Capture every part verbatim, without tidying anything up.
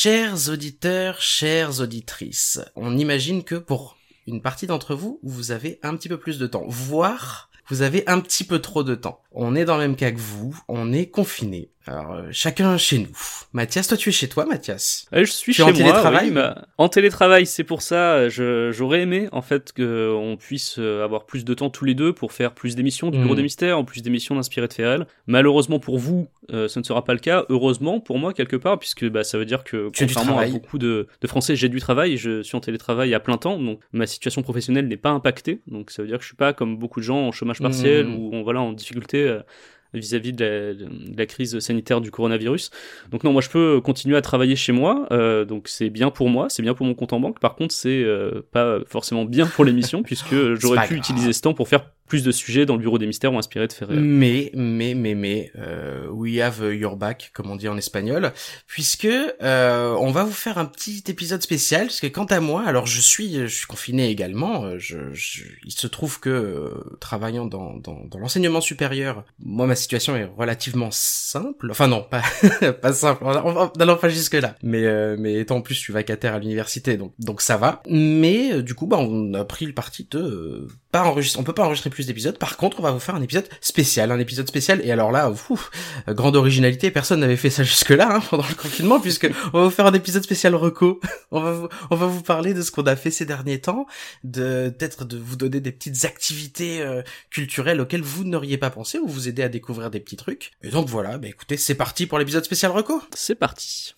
Chers auditeurs, chères auditrices, on imagine que pour une partie d'entre vous, vous avez un petit peu plus de temps, voire vous avez un petit peu trop de temps. On est dans le même cas que vous, on est confinés. Alors, euh, chacun chez nous. Mathias, toi tu es chez toi, Mathias? euh, Je suis tu chez es en moi, télétravail oui, bah, en télétravail, c'est pour ça, je, j'aurais aimé en fait qu'on puisse avoir plus de temps tous les deux pour faire plus d'émissions du Bureau mmh. des Mystères, en plus d'émissions d'Inspiré de Faits réels. Malheureusement pour vous, euh, ce ne sera pas le cas. Heureusement pour moi, quelque part, puisque bah, ça veut dire que tu contrairement à beaucoup de, de Français, j'ai du travail, je suis en télétravail à plein temps, donc ma situation professionnelle n'est pas impactée. Donc ça veut dire que je suis pas comme beaucoup de gens en chômage partiel mmh. ou en, voilà, en difficulté euh, vis-à-vis de la, de la crise sanitaire du coronavirus. Donc non, moi je peux continuer à travailler chez moi, euh, donc c'est bien pour moi, c'est bien pour mon compte en banque. Par contre, c'est euh, pas forcément bien pour l'émission, puisque j'aurais pu grave. utiliser ce temps pour faire plus de sujets dans le Bureau des Mystères ou Inspiré de Faits réels. Mais, mais, mais, mais, euh, we have your back, comme on dit en espagnol, puisque euh, on va vous faire un petit épisode spécial, parce que quant à moi, alors je suis, je suis confiné également. Je, je, il se trouve que euh, travaillant dans, dans, dans l'enseignement supérieur, moi ma situation est relativement simple. Enfin non, pas, pas simple. N'allons pas jusque là. Mais, euh, mais étant en plus, je suis vacataire à l'université, donc, donc ça va. Mais euh, du coup, bah, on a pris le parti de euh, pas enregistrer. On peut pas enregistrer plus d'épisodes. Par contre, on va vous faire un épisode spécial, un épisode spécial. Et alors là, ouf, grande originalité, personne n'avait fait ça jusque-là hein, pendant le confinement, puisque on va vous faire un épisode spécial reco. On va vous, on va vous parler de ce qu'on a fait ces derniers temps, de peut-être de vous donner des petites activités euh, culturelles auxquelles vous n'auriez pas pensé, ou vous aider à découvrir des petits trucs. Et donc voilà, bah écoutez, c'est parti pour l'épisode spécial reco. C'est parti.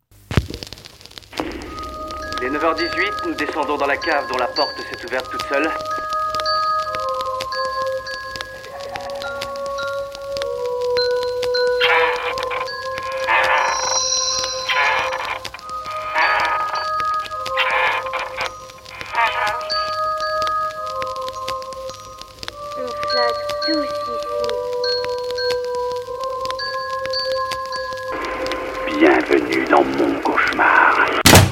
Il est neuf heures dix-huit, nous descendons dans la cave dont la porte s'est ouverte toute seule. Bienvenue dans mon cauchemar.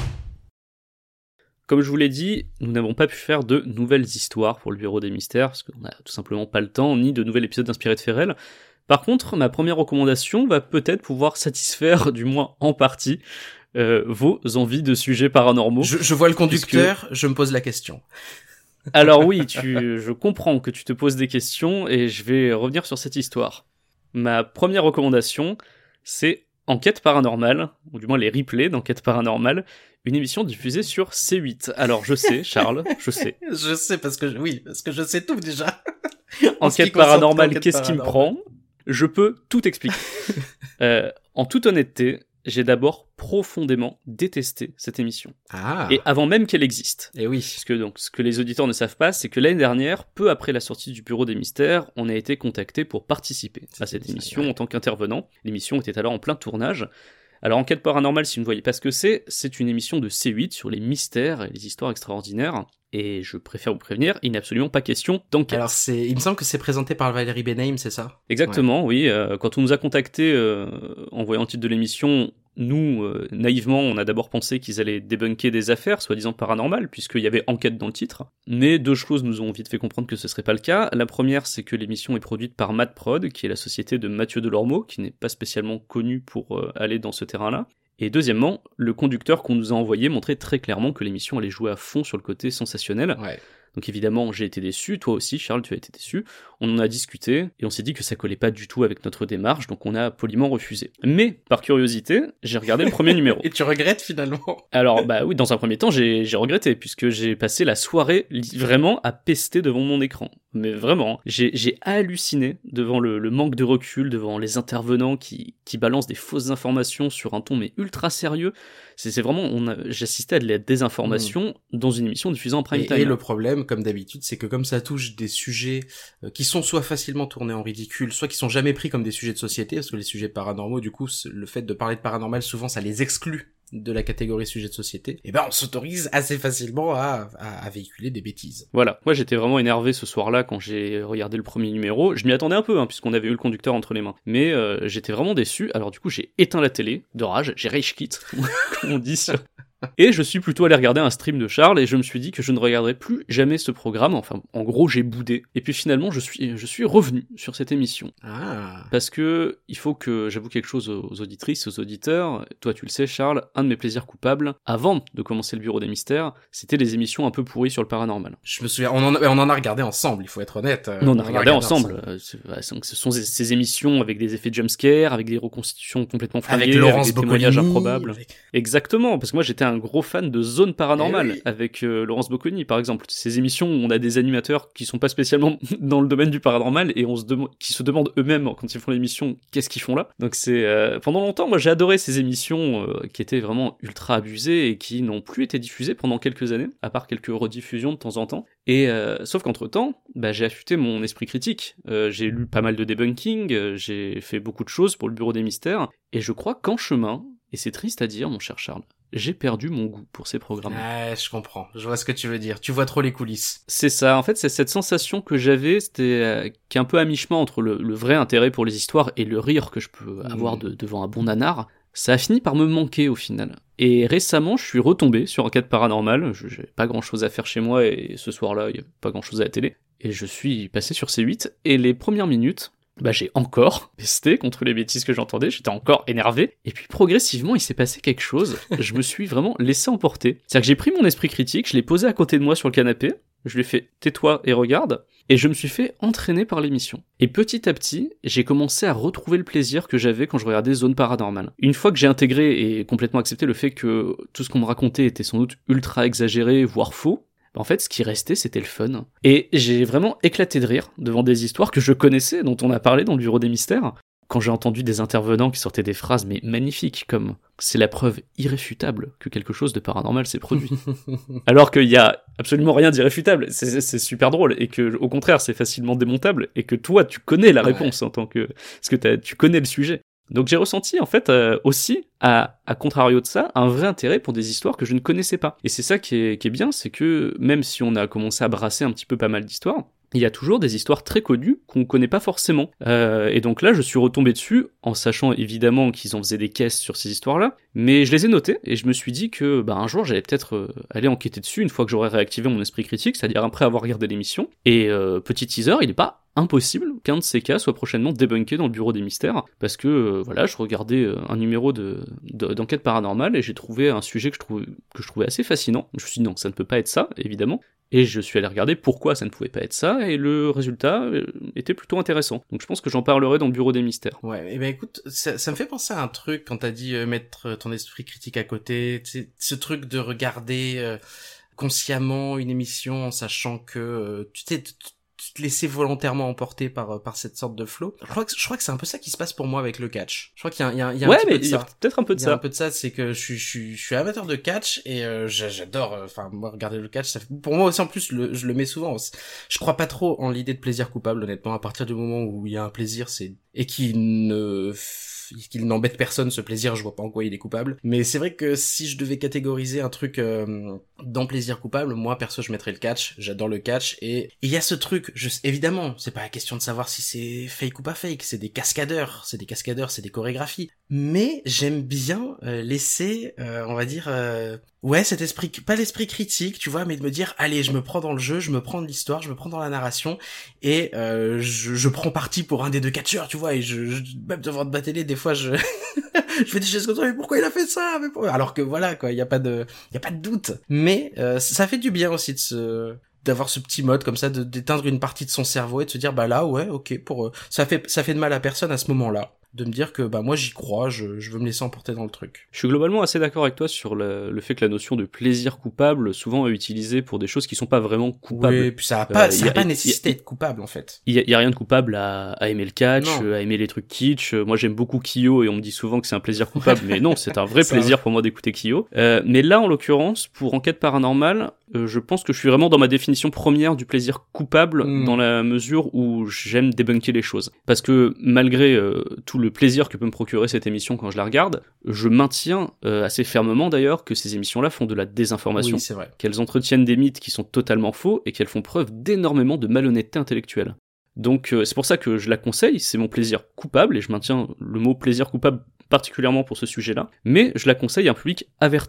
Comme je vous l'ai dit, nous n'avons pas pu faire de nouvelles histoires pour le Bureau des Mystères, parce qu'on n'a tout simplement pas le temps, ni de nouvel épisode d'Inspiré de Faits réels. Par contre, ma première recommandation va peut-être pouvoir satisfaire, du moins en partie, euh, vos envies de sujets paranormaux. Je, je vois le conducteur, puisque... je me pose la question. Alors oui, tu, je comprends que tu te poses des questions, et je vais revenir sur cette histoire. Ma première recommandation, c'est Enquête paranormale, ou du moins les replays d'Enquête paranormale, une émission diffusée sur C huit. Alors je sais, Charles, je sais. Je sais parce que je, oui, parce que je sais tout déjà. Enquête paranormale, enquête qu'est-ce paranormale. qui me prend ? Je peux tout expliquer. euh, en toute honnêteté, j'ai d'abord profondément détesté cette émission. Ah. Et avant même qu'elle existe. Et oui. Parce que donc, ce que les auditeurs ne savent pas, c'est que l'année dernière, peu après la sortie du Bureau des Mystères, on a été contacté pour participer c'est à cette émission ouais. en tant qu'intervenant. L'émission était alors en plein tournage. Alors, Enquête paranormale, si vous ne voyez pas ce que c'est, c'est une émission de C huit sur les mystères et les histoires extraordinaires. Et je préfère vous prévenir, il n'est absolument pas question d'enquête. Alors, c'est, il me semble que c'est présenté par Valérie Benheim, c'est ça ? Exactement, ouais. oui. Euh, quand on nous a contactés euh, en voyant le titre de l'émission, nous, euh, naïvement, on a d'abord pensé qu'ils allaient débunker des affaires, soi-disant paranormales, puisqu'il y avait enquête dans le titre. Mais deux choses nous ont vite fait comprendre que ce serait pas le cas. La première, c'est que l'émission est produite par MadProd, qui est la société de Mathieu Delormeau, qui n'est pas spécialement connu pour euh, aller dans ce terrain-là. Et deuxièmement, le conducteur qu'on nous a envoyé montrait très clairement que l'émission allait jouer à fond sur le côté sensationnel. Ouais. Donc évidemment, j'ai été déçu, toi aussi Charles, tu as été déçu. On en a discuté, et on s'est dit que ça collait pas du tout avec notre démarche, donc on a poliment refusé. Mais, par curiosité, j'ai regardé le premier numéro. Et tu regrettes finalement ? Alors, bah oui, dans un premier temps, j'ai, j'ai regretté, puisque j'ai passé la soirée li- vraiment à pester devant mon écran. Mais vraiment, j'ai, j'ai halluciné devant le, le manque de recul, devant les intervenants qui, qui balancent des fausses informations sur un ton mais ultra sérieux. C'est, c'est vraiment, on a, j'assistais à de la désinformation mmh. dans une émission diffusée en prime et, time. Et le problème, comme d'habitude, c'est que comme ça touche des sujets euh, qui sont soit facilement tournés en ridicule, soit qui sont jamais pris comme des sujets de société, parce que les sujets paranormaux, du coup, le fait de parler de paranormal, souvent, ça les exclut de la catégorie sujet de société, et ben on s'autorise assez facilement à, à, à véhiculer des bêtises. Voilà, moi j'étais vraiment énervé ce soir-là quand j'ai regardé le premier numéro, je m'y attendais un peu, hein, puisqu'on avait eu le conducteur entre les mains, mais euh, j'étais vraiment déçu, alors du coup j'ai éteint la télé, de rage, j'ai rage quit, comme on dit sur, Et je suis plutôt allé regarder un stream de Charles et je me suis dit que je ne regarderais plus jamais ce programme. Enfin, en gros, j'ai boudé. Et puis finalement, je suis, je suis revenu sur cette émission. Ah. Parce que il faut que j'avoue quelque chose aux auditrices, aux auditeurs. Toi, tu le sais, Charles, un de mes plaisirs coupables, avant de commencer le Bureau des Mystères, c'était les émissions un peu pourries sur le paranormal. Je me souviens, on en, a, on en a regardé ensemble, il faut être honnête. On en a regardé ensemble. ensemble. Ce sont ces émissions avec des effets jumpscare, avec des reconstitutions complètement flinguées, avec, Laurence avec des témoignages Bocconi, improbables. Avec... Exactement, parce que moi j'étais un gros fan de Zone Paranormale, oui. avec euh, Laurence Bocconi par exemple. Ces émissions où on a des animateurs qui sont pas spécialement dans le domaine du paranormal et on se dem- qui se demandent eux-mêmes quand ils font l'émission qu'est-ce qu'ils font là. Donc c'est euh, pendant longtemps, moi j'ai adoré ces émissions euh, qui étaient vraiment ultra abusées et qui n'ont plus été diffusées pendant quelques années, à part quelques rediffusions de temps en temps. Et euh, sauf qu'entre temps, bah, j'ai affûté mon esprit critique. Euh, j'ai lu pas mal de debunking, euh, j'ai fait beaucoup de choses pour le Bureau des Mystères, et je crois qu'en chemin, et c'est triste à dire, mon cher Charles, j'ai perdu mon goût pour ces programmes. Ouais, je comprends. Je vois ce que tu veux dire. Tu vois trop les coulisses. C'est ça. En fait, c'est cette sensation que j'avais, c'était euh, qui est un peu à mi-chemin entre le, le vrai intérêt pour les histoires et le rire que je peux mmh. avoir de, devant un bon nanar. Ça a fini par me manquer au final. Et récemment, je suis retombé sur Enquête paranormale. J'ai pas grand chose à faire chez moi et ce soir-là, il y a pas grand chose à la télé. Et je suis passé sur C huit et les premières minutes, bah j'ai encore pesté contre les bêtises que j'entendais, j'étais encore énervé, et puis progressivement il s'est passé quelque chose, je me suis vraiment laissé emporter. C'est-à-dire que j'ai pris mon esprit critique, je l'ai posé à côté de moi sur le canapé, je lui ai fait « tais-toi et regarde », et je me suis fait entraîner par l'émission. Et petit à petit, j'ai commencé à retrouver le plaisir que j'avais quand je regardais Zone Paranormale. Une fois que j'ai intégré et complètement accepté le fait que tout ce qu'on me racontait était sans doute ultra exagéré, voire faux, en fait, ce qui restait, c'était le fun. Et j'ai vraiment éclaté de rire devant des histoires que je connaissais, dont on a parlé dans le Bureau des Mystères. Quand j'ai entendu des intervenants qui sortaient des phrases, mais magnifiques, comme « c'est la preuve irréfutable que quelque chose de paranormal s'est produit ». Alors qu'il y a absolument rien d'irréfutable, c'est, c'est super drôle, et que, au contraire, c'est facilement démontable, et que toi, tu connais la réponse ouais. en tant que... parce que t'as, tu connais le sujet. Donc j'ai ressenti en fait euh, aussi, à, à contrario de ça, un vrai intérêt pour des histoires que je ne connaissais pas. Et c'est ça qui est, qui est bien, c'est que même si on a commencé à brasser un petit peu pas mal d'histoires, il y a toujours des histoires très connues qu'on connaît pas forcément. Euh, et donc là, je suis retombé dessus, en sachant évidemment qu'ils en faisaient des caisses sur ces histoires-là, mais je les ai notées, et je me suis dit que bah, un jour, j'allais peut-être euh, aller enquêter dessus une fois que j'aurais réactivé mon esprit critique, c'est-à-dire après avoir regardé l'émission. Et euh, petit teaser, il est pas impossible qu'un de ces cas soit prochainement débunké dans le Bureau des Mystères, parce que euh, voilà, je regardais euh, un numéro de, de, d'enquête paranormale et j'ai trouvé un sujet que je, trouvais, que je trouvais assez fascinant. Je me suis dit non, ça ne peut pas être ça, évidemment, et je suis allé regarder pourquoi ça ne pouvait pas être ça, et le résultat euh, était plutôt intéressant. Donc je pense que j'en parlerai dans le Bureau des Mystères. Ouais, et ben écoute, ça, ça me fait penser à un truc quand t'as dit euh, mettre ton esprit critique à côté, c'est ce truc de regarder euh, consciemment une émission en sachant que euh, tu sais, te laisser volontairement emporter par par cette sorte de flow. Je crois que je crois que c'est un peu ça qui se passe pour moi avec le catch. Je crois qu'il y a il y a, il y a ouais, un petit mais peu de il y a ça. Peut-être un peu de il y a ça. un peu de ça, c'est que je suis je suis je suis amateur de catch et euh, j'adore enfin moi regarder le catch, ça fait, pour moi aussi en plus le, je le mets souvent. Je crois pas trop en l'idée de plaisir coupable honnêtement, à partir du moment où il y a un plaisir, c'est et qui ne qu'il n'embête personne, ce plaisir, je vois pas en quoi il est coupable. Mais c'est vrai que si je devais catégoriser un truc euh, dans plaisir coupable, moi perso je mettrais le catch, j'adore le catch, et il y a ce truc, je, évidemment, c'est pas la question de savoir si c'est fake ou pas fake, c'est des cascadeurs, c'est des cascadeurs, c'est des chorégraphies, mais j'aime bien euh, laisser, euh, on va dire, euh, ouais, cet esprit, pas l'esprit critique, tu vois, mais de me dire, allez, je me prends dans le jeu, je me prends de l'histoire, je me prends dans la narration, et euh, je, je prends parti pour un des deux catcheurs, tu vois, et je, je même devant ma télé, des fois, je je fais des choses comme ça, mais pourquoi il a fait ça, mais pourquoi... alors que voilà, quoi, il y a pas de, il y a pas de doute, mais euh, ça fait du bien aussi de se d'avoir ce petit mode comme ça, de d'éteindre une partie de son cerveau et de se dire, bah là, ouais, ok, pour euh, ça fait ça fait de mal à personne à ce moment-là, de me dire que bah moi j'y crois, je, je veux me laisser emporter dans le truc. Je suis globalement assez d'accord avec toi sur le, le fait que la notion de plaisir coupable souvent est utilisée pour des choses qui sont pas vraiment coupables. Oui, puis ça a pas, euh, ça a, a pas a, nécessité a, d'être coupable en fait. Il y a, il y a rien de coupable à, à aimer le catch, non. à aimer les trucs kitsch. Moi j'aime beaucoup Kyo et on me dit souvent que c'est un plaisir coupable, mais non, c'est un vrai plaisir pour moi d'écouter Kyo. Euh, mais là en l'occurrence, pour Enquête paranormale, euh, je pense que je suis vraiment dans ma définition première du plaisir coupable, mm. dans la mesure où j'aime débunker les choses. Parce que malgré euh, tout le plaisir que peut me procurer cette émission quand je la regarde, je maintiens euh, assez fermement d'ailleurs que ces émissions-là font de la désinformation, oui, c'est vrai. Qu'elles entretiennent des mythes qui sont totalement faux et qu'elles font preuve d'énormément de malhonnêteté intellectuelle. Donc euh, c'est pour ça que je la conseille, c'est mon plaisir coupable, et je maintiens le mot plaisir coupable particulièrement pour ce sujet-là, mais je la conseille à un public averti.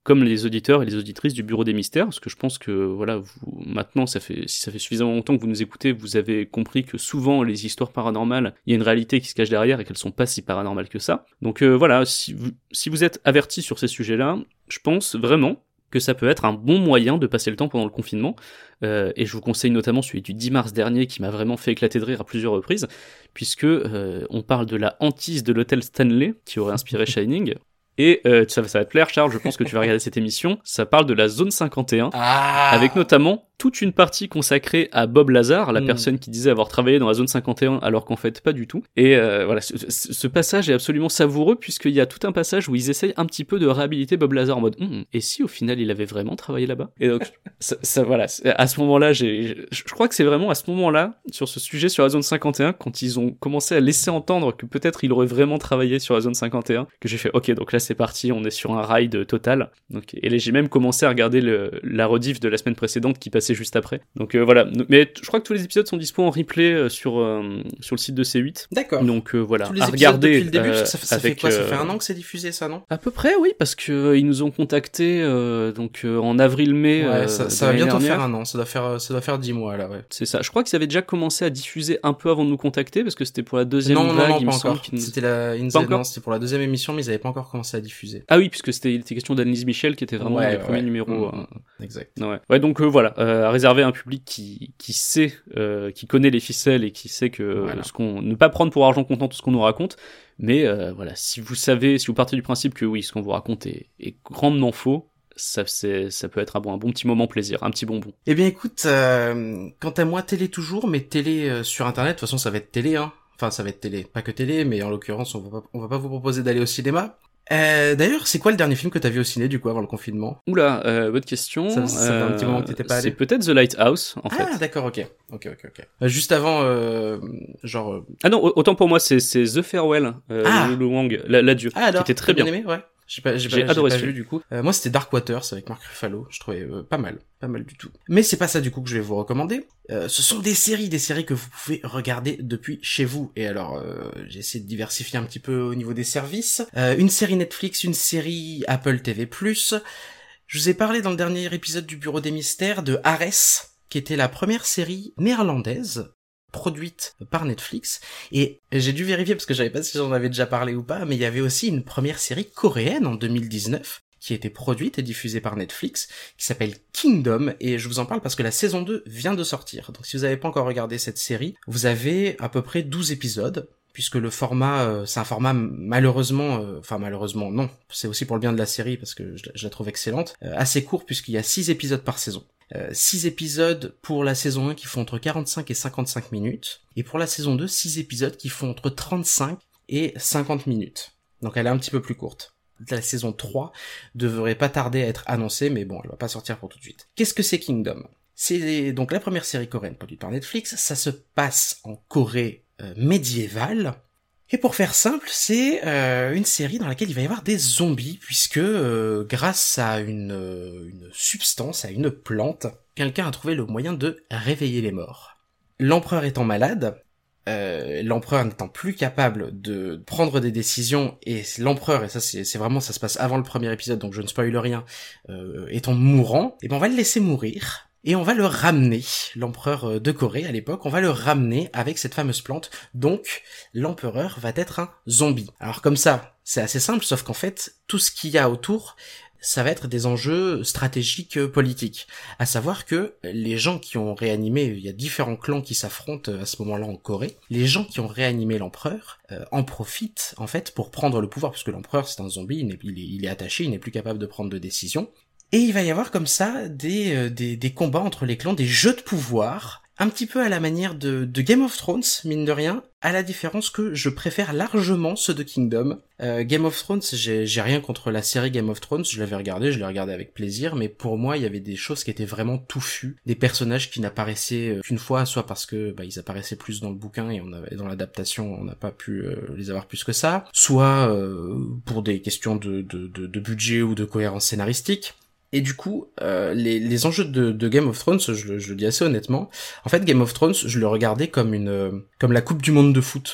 comme les auditeurs et les auditrices du Bureau des Mystères, parce que je pense que voilà, vous, maintenant, ça fait, si ça fait suffisamment longtemps que vous nous écoutez, vous avez compris que souvent les histoires paranormales, il y a une réalité qui se cache derrière et qu'elles sont pas si paranormales que ça. Donc euh, voilà, si vous, si vous êtes avertis sur ces sujets-là, je pense vraiment que ça peut être un bon moyen de passer le temps pendant le confinement, euh, et je vous conseille notamment celui du dix mars dernier qui m'a vraiment fait éclater de rire à plusieurs reprises, puisque euh, on parle de la hantise de l'hôtel Stanley qui aurait inspiré Shining. Et euh, ça, ça va te plaire, Charles, je pense que tu vas regarder cette émission. Ça parle de la zone cinquante et un, ah avec notamment toute une partie consacrée à Bob Lazar, la mm. personne qui disait avoir travaillé dans la zone cinquante et un, alors qu'en fait pas du tout. Et euh, voilà, ce, ce passage est absolument savoureux, puisqu'il y a tout un passage où ils essayent un petit peu de réhabiliter Bob Lazar en mode hm, et si au final il avait vraiment travaillé là-bas. Et donc ça, ça voilà, à ce moment-là, j'ai, je crois que c'est vraiment à ce moment-là, sur ce sujet sur la zone cinquante et un, quand ils ont commencé à laisser entendre que peut-être il aurait vraiment travaillé sur la zone cinquante et un, que j'ai fait ok, donc là c'est parti, on est sur un ride total. Donc, et là, j'ai même commencé à regarder le, la rediff de la semaine précédente qui passait juste après. Donc euh, voilà, mais je crois que tous les épisodes sont dispo en replay euh, sur euh, sur le site de C huit. D'accord. Donc euh, voilà, tous les à regarder depuis le début, euh, ça, ça avec, fait quoi Ça euh, fait un an que c'est diffusé, ça, non? À peu près, oui, parce que euh, ils nous ont contactés euh, donc euh, en avril-mai. Ouais, euh, ça, ça de va bientôt dernière. faire un an. Ça doit faire ça doit faire dix mois là, ouais. C'est ça. Je crois qu'ils avaient déjà commencé à diffuser un peu avant de nous contacter parce que c'était pour la deuxième non, vague. Non, non, il pas me encore. semble qu'ils nous... C'était la In the... non, c'était pour la deuxième émission, mais ils avaient pas encore commencé à diffuser. Ah oui, puisque c'était, c'était question d'Annelise Michel qui était vraiment ouais, les ouais, premiers ouais. numéros. Mmh, euh... Exact. Ouais. Ouais, donc euh, voilà, euh, à réserver à un public qui qui sait, euh, qui connaît les ficelles et qui sait que voilà. ce qu'on ne pas prendre pour argent comptant tout ce qu'on nous raconte. Mais euh, voilà, si vous savez, si vous partez du principe que oui, ce qu'on vous raconte est, est grandement faux, ça, c'est, ça peut être un bon, un bon petit moment plaisir, un petit bonbon. Eh bien écoute, euh, quant à moi, télé toujours, mais télé euh, sur internet, de toute façon ça va être télé, hein. Enfin ça va être télé, pas que télé, mais en l'occurrence on va pas, on va pas vous proposer d'aller au cinéma. Euh, d'ailleurs, c'est quoi le dernier film que t'as vu au ciné du coup avant le confinement? Oula, euh, bonne question. Ça, ça fait euh, un petit moment que t'étais pas allé. C'est peut-être The Lighthouse en ah, fait. Ah d'accord, ok, ok, ok, ok. Euh, juste avant, euh, genre. Euh... Ah non, autant pour moi c'est c'est The Farewell, euh, ah. Lulu Wang, l'adieu, ah, alors, qui était très bien. bien aimé, ouais. J'ai pas, j'ai j'ai pas, adoré j'ai ce pas vu du coup. Euh, moi c'était Dark Waters avec Mark Ruffalo, je trouvais euh, pas mal, pas mal du tout. Mais c'est pas ça du coup que je vais vous recommander. Euh, ce sont des séries, des séries que vous pouvez regarder depuis chez vous. Et alors euh, j'ai essayé de diversifier un petit peu au niveau des services. Euh, une série Netflix, une série Apple T V plus. Je vous ai parlé dans le dernier épisode du Bureau des Mystères de Ares, qui était la première série néerlandaise produite par Netflix, et j'ai dû vérifier parce que je savais pas si j'en avais déjà parlé ou pas, mais il y avait aussi une première série coréenne en deux mille dix-neuf qui a été produite et diffusée par Netflix, qui s'appelle Kingdom, et je vous en parle parce que la saison deux vient de sortir. Donc si vous n'avez pas encore regardé cette série, vous avez à peu près douze épisodes, puisque le format, euh, c'est un format malheureusement, euh, enfin malheureusement non, c'est aussi pour le bien de la série parce que je, je la trouve excellente, euh, assez court puisqu'il y a six épisodes par saison. Euh, six épisodes pour la saison un qui font entre quarante-cinq et cinquante-cinq minutes, et pour la saison deux, six épisodes qui font entre trente-cinq et cinquante minutes. Donc elle est un petit peu plus courte. La saison trois devrait pas tarder à être annoncée, mais bon, elle va pas sortir pour tout de suite. Qu'est-ce que c'est Kingdom? C'est donc la première série coréenne produite par Netflix, ça se passe en Corée euh, médiévale. Et pour faire simple, c'est euh, une série dans laquelle il va y avoir des zombies, puisque euh, grâce à une, euh, une substance, à une plante, quelqu'un a trouvé le moyen de réveiller les morts. L'empereur étant malade, euh, l'empereur n'étant plus capable de prendre des décisions, et l'empereur, et ça c'est, c'est vraiment, ça se passe avant le premier épisode, donc je ne spoile rien, euh, étant mourant, et ben on va le laisser mourir. Et on va le ramener, l'empereur de Corée à l'époque, on va le ramener avec cette fameuse plante, donc l'empereur va être un zombie. Alors comme ça, c'est assez simple, sauf qu'en fait, tout ce qu'il y a autour, ça va être des enjeux stratégiques politiques. À savoir que les gens qui ont réanimé, il y a différents clans qui s'affrontent à ce moment-là en Corée, les gens qui ont réanimé l'empereur euh, en profitent en fait pour prendre le pouvoir, parce que l'empereur c'est un zombie, il est, il est, il est attaché, il n'est plus capable de prendre de décision. Et il va y avoir comme ça des, euh, des, des combats entre les clans, des jeux de pouvoir, un petit peu à la manière de, de Game of Thrones, mine de rien, à la différence que je préfère largement ceux de Kingdom. Euh, Game of Thrones, j'ai, j'ai rien contre la série Game of Thrones, je l'avais regardé, je l'ai regardé avec plaisir, mais pour moi, il y avait des choses qui étaient vraiment touffues, des personnages qui n'apparaissaient qu'une fois, soit parce que bah, ils apparaissaient plus dans le bouquin et on avait, dans l'adaptation, on n'a pas pu euh, les avoir plus que ça, soit euh, pour des questions de, de, de, de budget ou de cohérence scénaristique. Et du coup, euh, les, les enjeux de, de Game of Thrones, je, je le dis assez honnêtement, en fait Game of Thrones, je le regardais comme une, comme la Coupe du Monde de foot.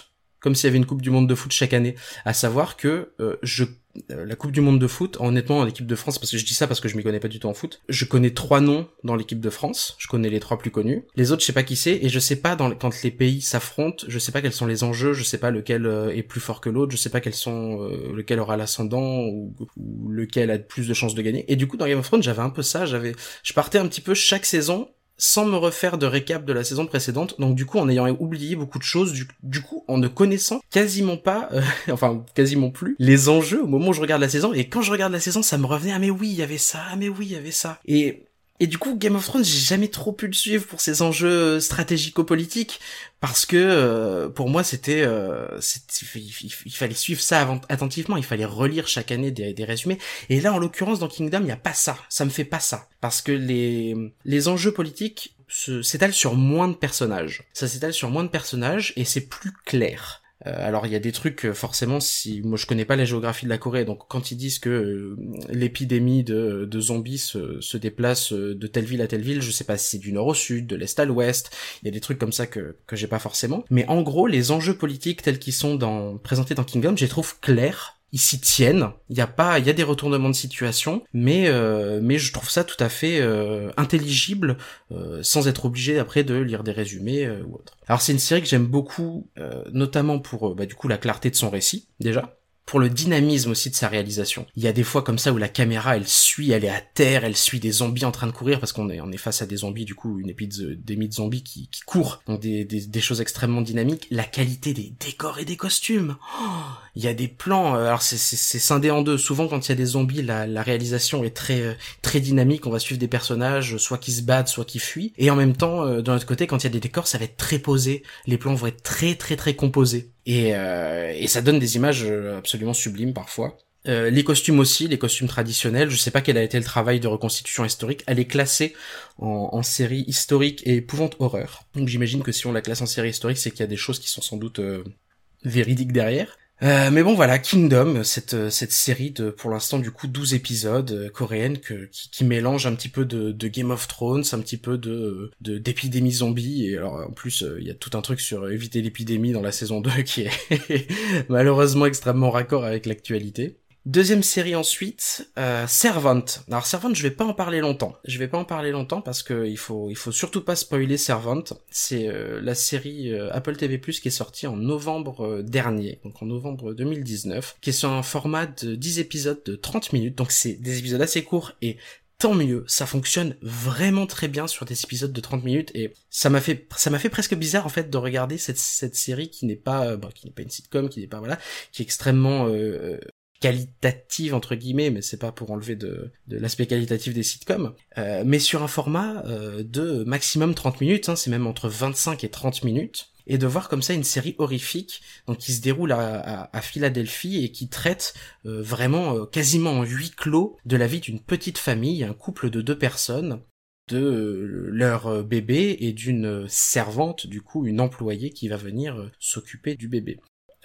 comme s'il y avait une Coupe du Monde de foot chaque année, à savoir que euh, je euh, la Coupe du Monde de foot, honnêtement, en équipe de France, parce que je dis ça parce que je m'y connais pas du tout en foot, je connais trois noms dans l'équipe de France, je connais les trois plus connus, les autres je sais pas qui c'est, et je sais pas dans les, quand les pays s'affrontent, je sais pas quels sont les enjeux, je sais pas lequel euh, est plus fort que l'autre, je sais pas quels sont euh, lequel aura l'ascendant ou, ou lequel a plus de chances de gagner. Et du coup dans Game of Thrones j'avais un peu ça, j'avais je partais un petit peu chaque saison sans me refaire de récap de la saison précédente, donc du coup en ayant oublié beaucoup de choses, du, du coup en ne connaissant quasiment pas, euh, enfin quasiment plus, les enjeux au moment où je regarde la saison, et quand je regarde la saison ça me revenait, ah mais oui il y avait ça, ah mais oui il y avait ça, et et du coup Game of Thrones j'ai jamais trop pu le suivre pour ces enjeux stratégico-politiques, parce que euh, pour moi c'était, euh, c'était il, il, il fallait suivre ça avant, attentivement, il fallait relire chaque année des, des résumés, et là en l'occurrence dans Kingdom il y a pas ça, ça me fait pas ça, parce que les les enjeux politiques se, s'étalent sur moins de personnages, ça s'étale sur moins de personnages et c'est plus clair. Euh, alors il y a des trucs, forcément, si moi je connais pas la géographie de la Corée, donc quand ils disent que euh, l'épidémie de, de zombies se, se déplace de telle ville à telle ville, je sais pas si c'est du nord au sud, de l'est à l'ouest, il y a des trucs comme ça que que j'ai pas forcément, mais en gros les enjeux politiques tels qu'ils sont dans présentés dans Kingdom, je les trouve clairs. Ils s'y tiennent, il y a pas, il y a des retournements de situation, mais euh, mais je trouve ça tout à fait euh, intelligible, euh, sans être obligé après de lire des résumés euh, ou autre. Alors c'est une série que j'aime beaucoup, euh, notamment pour euh, bah, du coup la clarté de son récit déjà, pour le dynamisme aussi de sa réalisation. Il y a des fois comme ça où la caméra elle suit, elle est à terre, elle suit des zombies en train de courir, parce qu'on est on est face à des zombies, du coup une épidémie de zombies qui, qui courent, donc des, des des choses extrêmement dynamiques. La qualité des décors et des costumes, oh, il y a des plans, alors c'est c'est c'est scindé en deux. Souvent quand il y a des zombies, la la réalisation est très très dynamique, on va suivre des personnages soit qui se battent, soit qui fuient, et en même temps euh, de l'autre côté quand il y a des décors, ça va être très posé, les plans vont être très très très composés. Et, euh, et ça donne des images absolument sublimes parfois. Euh, les costumes aussi, les costumes traditionnels, je sais pas quel a été le travail de reconstitution historique, elle est classée en, en série historique et épouvante horreur. Donc j'imagine que si on la classe en série historique, c'est qu'il y a des choses qui sont sans doute euh, véridiques derrière. Euh, mais bon voilà, Kingdom, cette cette série de pour l'instant du coup douze épisodes euh, coréenne que qui, qui mélange un petit peu de, de Game of Thrones, un petit peu de de d'épidémie zombie, et alors en plus il euh, y a tout un truc sur éviter l'épidémie dans la saison deux qui est malheureusement extrêmement raccord avec l'actualité. Deuxième série ensuite, euh, Servant. Alors Servant, je vais pas en parler longtemps. Je vais pas en parler longtemps parce que il faut, il faut surtout pas spoiler Servant. C'est euh, la série euh, Apple T V plus qui est sortie en novembre euh, dernier, donc en novembre deux mille dix-neuf, qui est sur un format de dix épisodes de trente minutes. Donc c'est des épisodes assez courts et tant mieux, ça fonctionne vraiment très bien sur des épisodes de trente minutes, et ça m'a fait ça m'a fait presque bizarre en fait de regarder cette cette série qui n'est pas euh, bon, qui n'est pas une sitcom, qui n'est pas voilà, qui est extrêmement euh, qualitative entre guillemets, mais c'est pas pour enlever de, de l'aspect qualitatif des sitcoms, euh, mais sur un format euh, de maximum trente minutes, hein, c'est même entre vingt-cinq et trente minutes, et de voir comme ça une série horrifique donc qui se déroule à, à, à Philadelphie et qui traite euh, vraiment euh, quasiment en huis clos de la vie d'une petite famille, un couple de deux personnes, de euh, leur bébé et d'une servante, du coup une employée qui va venir euh, s'occuper du bébé.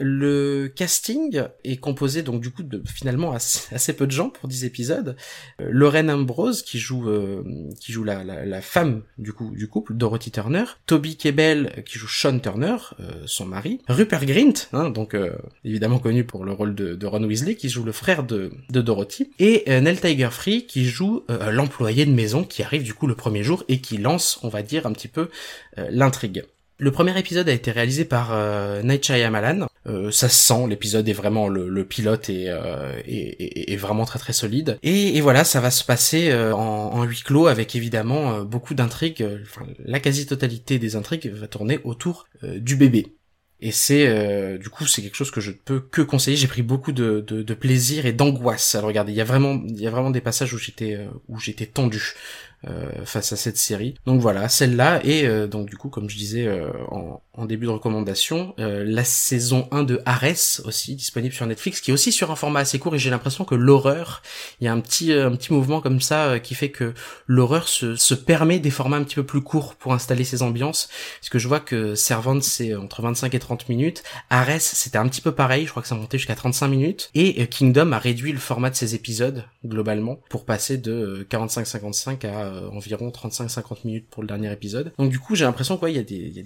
Le casting est composé donc du coup de finalement assez, assez peu de gens pour dix épisodes. Euh, Lauren Ambrose qui joue euh, qui joue la, la la femme du coup du couple, Dorothy Turner, Toby Kebbell qui joue Sean Turner, euh, son mari, Rupert Grint, hein, donc euh, évidemment connu pour le rôle de, de Ron Weasley qui joue le frère de de Dorothy, et euh, Nell Tiger-Free qui joue euh, l'employé de maison qui arrive du coup le premier jour et qui lance, on va dire un petit peu euh, l'intrigue. Le premier épisode a été réalisé par euh, Night Shyamalan. Euh, ça se sent, l'épisode est vraiment le, le pilote est, euh, est, est, est vraiment très très solide. Et, et voilà, ça va se passer euh, en, en huis clos avec évidemment euh, beaucoup d'intrigues. Enfin, la quasi-totalité des intrigues va tourner autour euh, du bébé. Et c'est euh, du coup c'est quelque chose que je ne peux que conseiller. J'ai pris beaucoup de, de, de plaisir et d'angoisse à le regarder. Il y a vraiment il y a vraiment des passages où j'étais euh, où j'étais tendu euh, face à cette série. Donc voilà, celle-là, et euh, donc du coup comme je disais euh, en, en début de recommandation, euh, la saison un de Ares aussi disponible sur Netflix, qui est aussi sur un format assez court, et j'ai l'impression que l'horreur, il y a un petit un petit mouvement comme ça euh, qui fait que l'horreur se se permet des formats un petit peu plus courts pour installer ses ambiances, parce que je vois que Servant c'est entre vingt-cinq et trente minutes, Ares c'était un petit peu pareil, je crois que ça montait jusqu'à trente-cinq minutes, et euh, Kingdom a réduit le format de ses épisodes globalement pour passer de euh, quarante-cinq à cinquante-cinq à euh, environ trente-cinq à cinquante minutes pour le dernier épisode. Donc du coup j'ai l'impression quoi, il y a des il y a des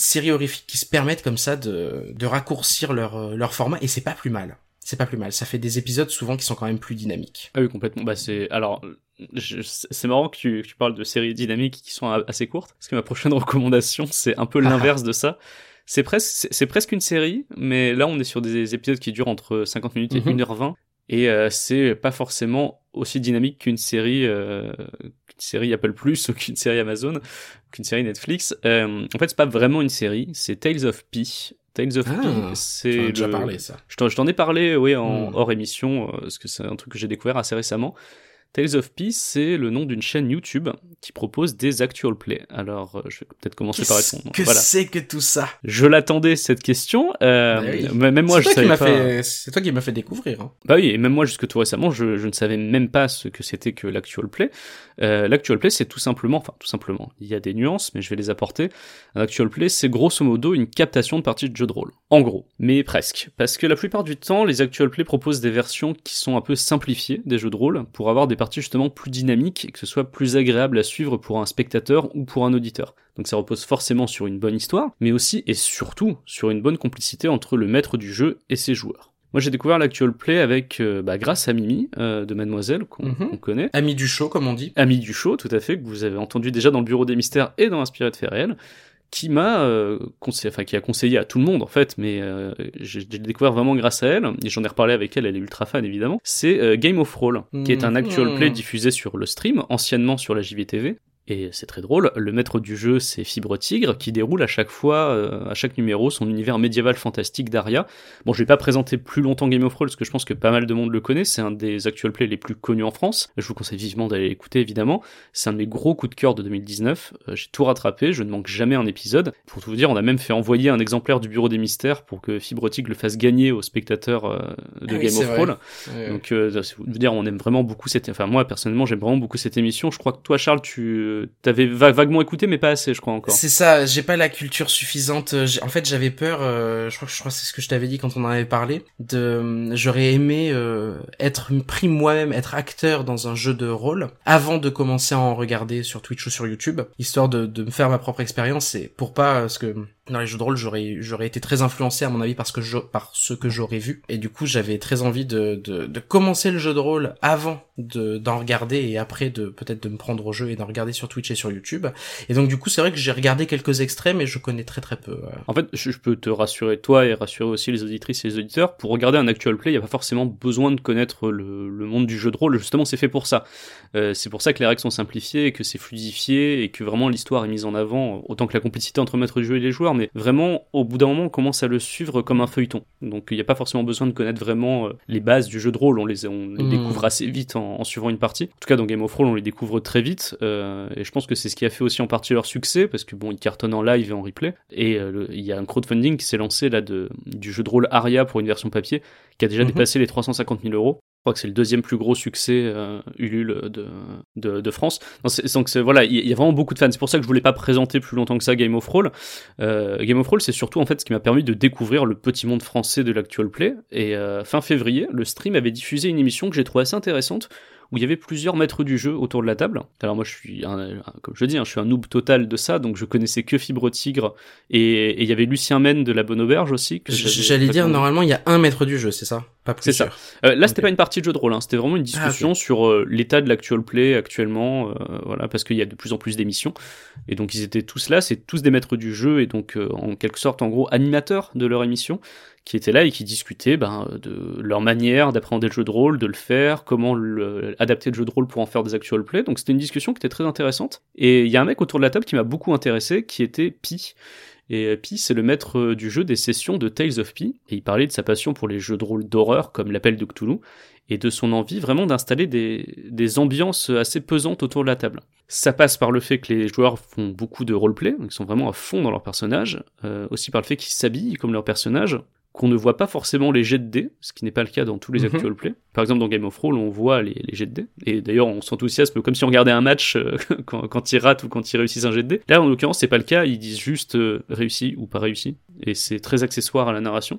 séries horrifiques qui se permettent comme ça de, de raccourcir leur, leur format, et c'est pas plus mal. C'est pas plus mal. Ça fait des épisodes souvent qui sont quand même plus dynamiques. Ah oui, complètement. Bah c'est alors je... c'est marrant que tu, que tu parles de séries dynamiques qui sont assez courtes, parce que ma prochaine recommandation c'est un peu l'inverse de ça. C'est presque c'est, c'est presque une série, mais là on est sur des épisodes qui durent entre cinquante minutes et mm-hmm. une heure vingt, et euh, c'est pas forcément aussi dynamique qu'une série euh, qu'une série Apple Plus ou qu'une série Amazon, qu'une série Netflix. Euh, en fait, c'est pas vraiment une série, c'est Tales of P. Tales of ah, P, c'est j'en ai déjà le... parlé, ça. Je t'en, je t'en ai parlé, oui, en mm. hors émission, euh, parce que c'est un truc que j'ai découvert assez récemment. Tales of P, c'est le nom d'une chaîne YouTube qui propose des actual plays. Alors, euh, je vais peut-être commencer Qu'est-ce par répondre. Que voilà. c'est que tout ça? Je l'attendais, cette question. Euh, bah oui. Même moi, c'est je savais pas. Fait... C'est toi qui m'as fait découvrir. Hein. Bah oui, et même moi, jusque tout récemment, je, je ne savais même pas ce que c'était que l'actual play. Euh, l'actual play, c'est tout simplement, enfin tout simplement, il y a des nuances, mais je vais les apporter. Un actual play, c'est grosso modo une captation de parties de jeux de rôle. En gros, mais presque. Parce que la plupart du temps, les actual play proposent des versions qui sont un peu simplifiées des jeux de rôle pour avoir des parties justement plus dynamiques et que ce soit plus agréable à suivre pour un spectateur ou pour un auditeur. Donc ça repose forcément sur une bonne histoire, mais aussi et surtout sur une bonne complicité entre le maître du jeu et ses joueurs. Moi, j'ai découvert l'actual play avec, euh, bah, grâce à Mimi, euh, de Mademoiselle, qu'on, mm-hmm. qu'on connaît. Ami du show, comme on dit. Ami du show, tout à fait, que vous avez entendu déjà dans le Bureau des Mystères et dans Inspiré de faits réels, qui m'a euh, conseillé, enfin, qui a conseillé à tout le monde, en fait, mais euh, j'ai, j'ai découvert vraiment grâce à elle, et j'en ai reparlé avec elle, elle est ultra fan, évidemment. C'est euh, Game of Roll, mm-hmm. qui est un actual play diffusé sur le stream, anciennement sur la J V T V. Et c'est très drôle, le maître du jeu, c'est Fibre Tigre, qui déroule à chaque fois, euh, à chaque numéro, son univers médiéval fantastique d'Aria. Bon, je vais pas présenter plus longtemps Game of Thrones, parce que je pense que pas mal de monde le connaît, c'est un des actual plays les plus connus en France. Je vous conseille vivement d'aller l'écouter, évidemment. C'est un de mes gros coups de cœur de deux mille dix-neuf. Euh, j'ai tout rattrapé, je ne manque jamais un épisode. Pour tout vous dire, on a même fait envoyer un exemplaire du Bureau des Mystères pour que Fibre Tigre le fasse gagner aux spectateurs euh, de ah Game oui, of Thrones. Ouais, Donc, euh, c'est vous dire, on aime vraiment beaucoup cette... Enfin, moi, personnellement, j'aime vraiment beaucoup cette émission. Je crois que toi, Charles, tu t'avais va- vaguement écouté, mais pas assez, je crois, encore. C'est ça, j'ai pas la culture suffisante. J'ai... En fait, j'avais peur, euh, je crois que je crois que c'est ce que je t'avais dit quand on en avait parlé, de... J'aurais aimé euh, être pris moi-même, être acteur dans un jeu de rôle, avant de commencer à en regarder sur Twitch ou sur YouTube, histoire de, de me faire ma propre expérience, et pour pas... Parce que dans les jeux de rôle, j'aurais, j'aurais été très influencé, à mon avis, parce que je, par ce que j'aurais vu. Et du coup, j'avais très envie de, de, de commencer le jeu de rôle avant de, d'en regarder, et après de, peut-être de me prendre au jeu et d'en regarder sur Twitch et sur YouTube. Et donc, du coup, c'est vrai que j'ai regardé quelques extraits, mais je connais très très peu. En fait, je peux te rassurer, toi, et rassurer aussi les auditrices et les auditeurs, pour regarder un actual play, il n'y a pas forcément besoin de connaître le, le monde du jeu de rôle. Justement, c'est fait pour ça. Euh, c'est pour ça que les règles sont simplifiées, et que c'est fluidifié, et que vraiment l'histoire est mise en avant, autant que la complicité entre maître du jeu et les joueurs, mais vraiment, au bout d'un moment, on commence à le suivre comme un feuilleton. Donc il n'y a pas forcément besoin de connaître vraiment euh, les bases du jeu de rôle, on les, on les mmh. découvre assez vite en, en suivant une partie. En tout cas, dans Game of Thrones, on les découvre très vite, euh, et je pense que c'est ce qui a fait aussi en partie leur succès, parce que bon, ils cartonnent en live et en replay, et euh, il y a un crowdfunding qui s'est lancé là de, du jeu de rôle Aria pour une version papier, qui a déjà mmh. dépassé les trois cent cinquante mille euros. Je crois que c'est le deuxième plus gros succès euh, Ulule de, de, de France. Donc, c'est, donc c'est, voilà, il y, y a vraiment beaucoup de fans. C'est pour ça que je voulais pas présenter plus longtemps que ça Game of Thrones. Euh, Game of Thrones, c'est surtout en fait ce qui m'a permis de découvrir le petit monde français de l'actual play. Et euh, fin février, le stream avait diffusé une émission que j'ai trouvée assez intéressante, où il y avait plusieurs maîtres du jeu autour de la table. Alors moi, je suis, un, un, comme je dis, hein, je suis un noob total de ça, donc je connaissais que Fibre Tigre, et il y avait Lucien Men de La Bonne Auberge aussi. Que J'allais dire, normalement, il y a un maître du jeu, c'est ça? Pas plus. C'est ça. Euh, là, c'était okay. pas une partie de jeu de rôle, hein, c'était vraiment une discussion ah, okay. sur euh, l'état de l'actual play actuellement, euh, voilà, parce qu'il y a de plus en plus d'émissions, et donc ils étaient tous là, c'est tous des maîtres du jeu, et donc euh, en quelque sorte, en gros, animateurs de leur émission, qui étaient là et qui discutaient ben, de leur manière d'appréhender le jeu de rôle, de le faire, comment le, adapter le jeu de rôle pour en faire des actual play. Donc c'était une discussion qui était très intéressante. Et il y a un mec autour de la table qui m'a beaucoup intéressé, qui était Pi. Et Pi, c'est le maître du jeu des sessions de Tales of Pi. Et il parlait de sa passion pour les jeux de rôle d'horreur, comme l'Appel de Cthulhu, et de son envie vraiment d'installer des, des ambiances assez pesantes autour de la table. Ça passe par le fait que les joueurs font beaucoup de roleplay, donc ils sont vraiment à fond dans leur personnage, euh, aussi par le fait qu'ils s'habillent comme leur personnage, qu'on ne voit pas forcément les jets de dés, ce qui n'est pas le cas dans tous les mm-hmm. actual play. Par exemple, dans Game of Thrones, on voit les, les jets de dés, et d'ailleurs, on s'enthousiasme comme si on regardait un match euh, quand, quand ils ratent ou quand ils réussissent un jet de dés. Là, en l'occurrence, c'est pas le cas, ils disent juste euh, réussi ou pas réussi, et c'est très accessoire à la narration.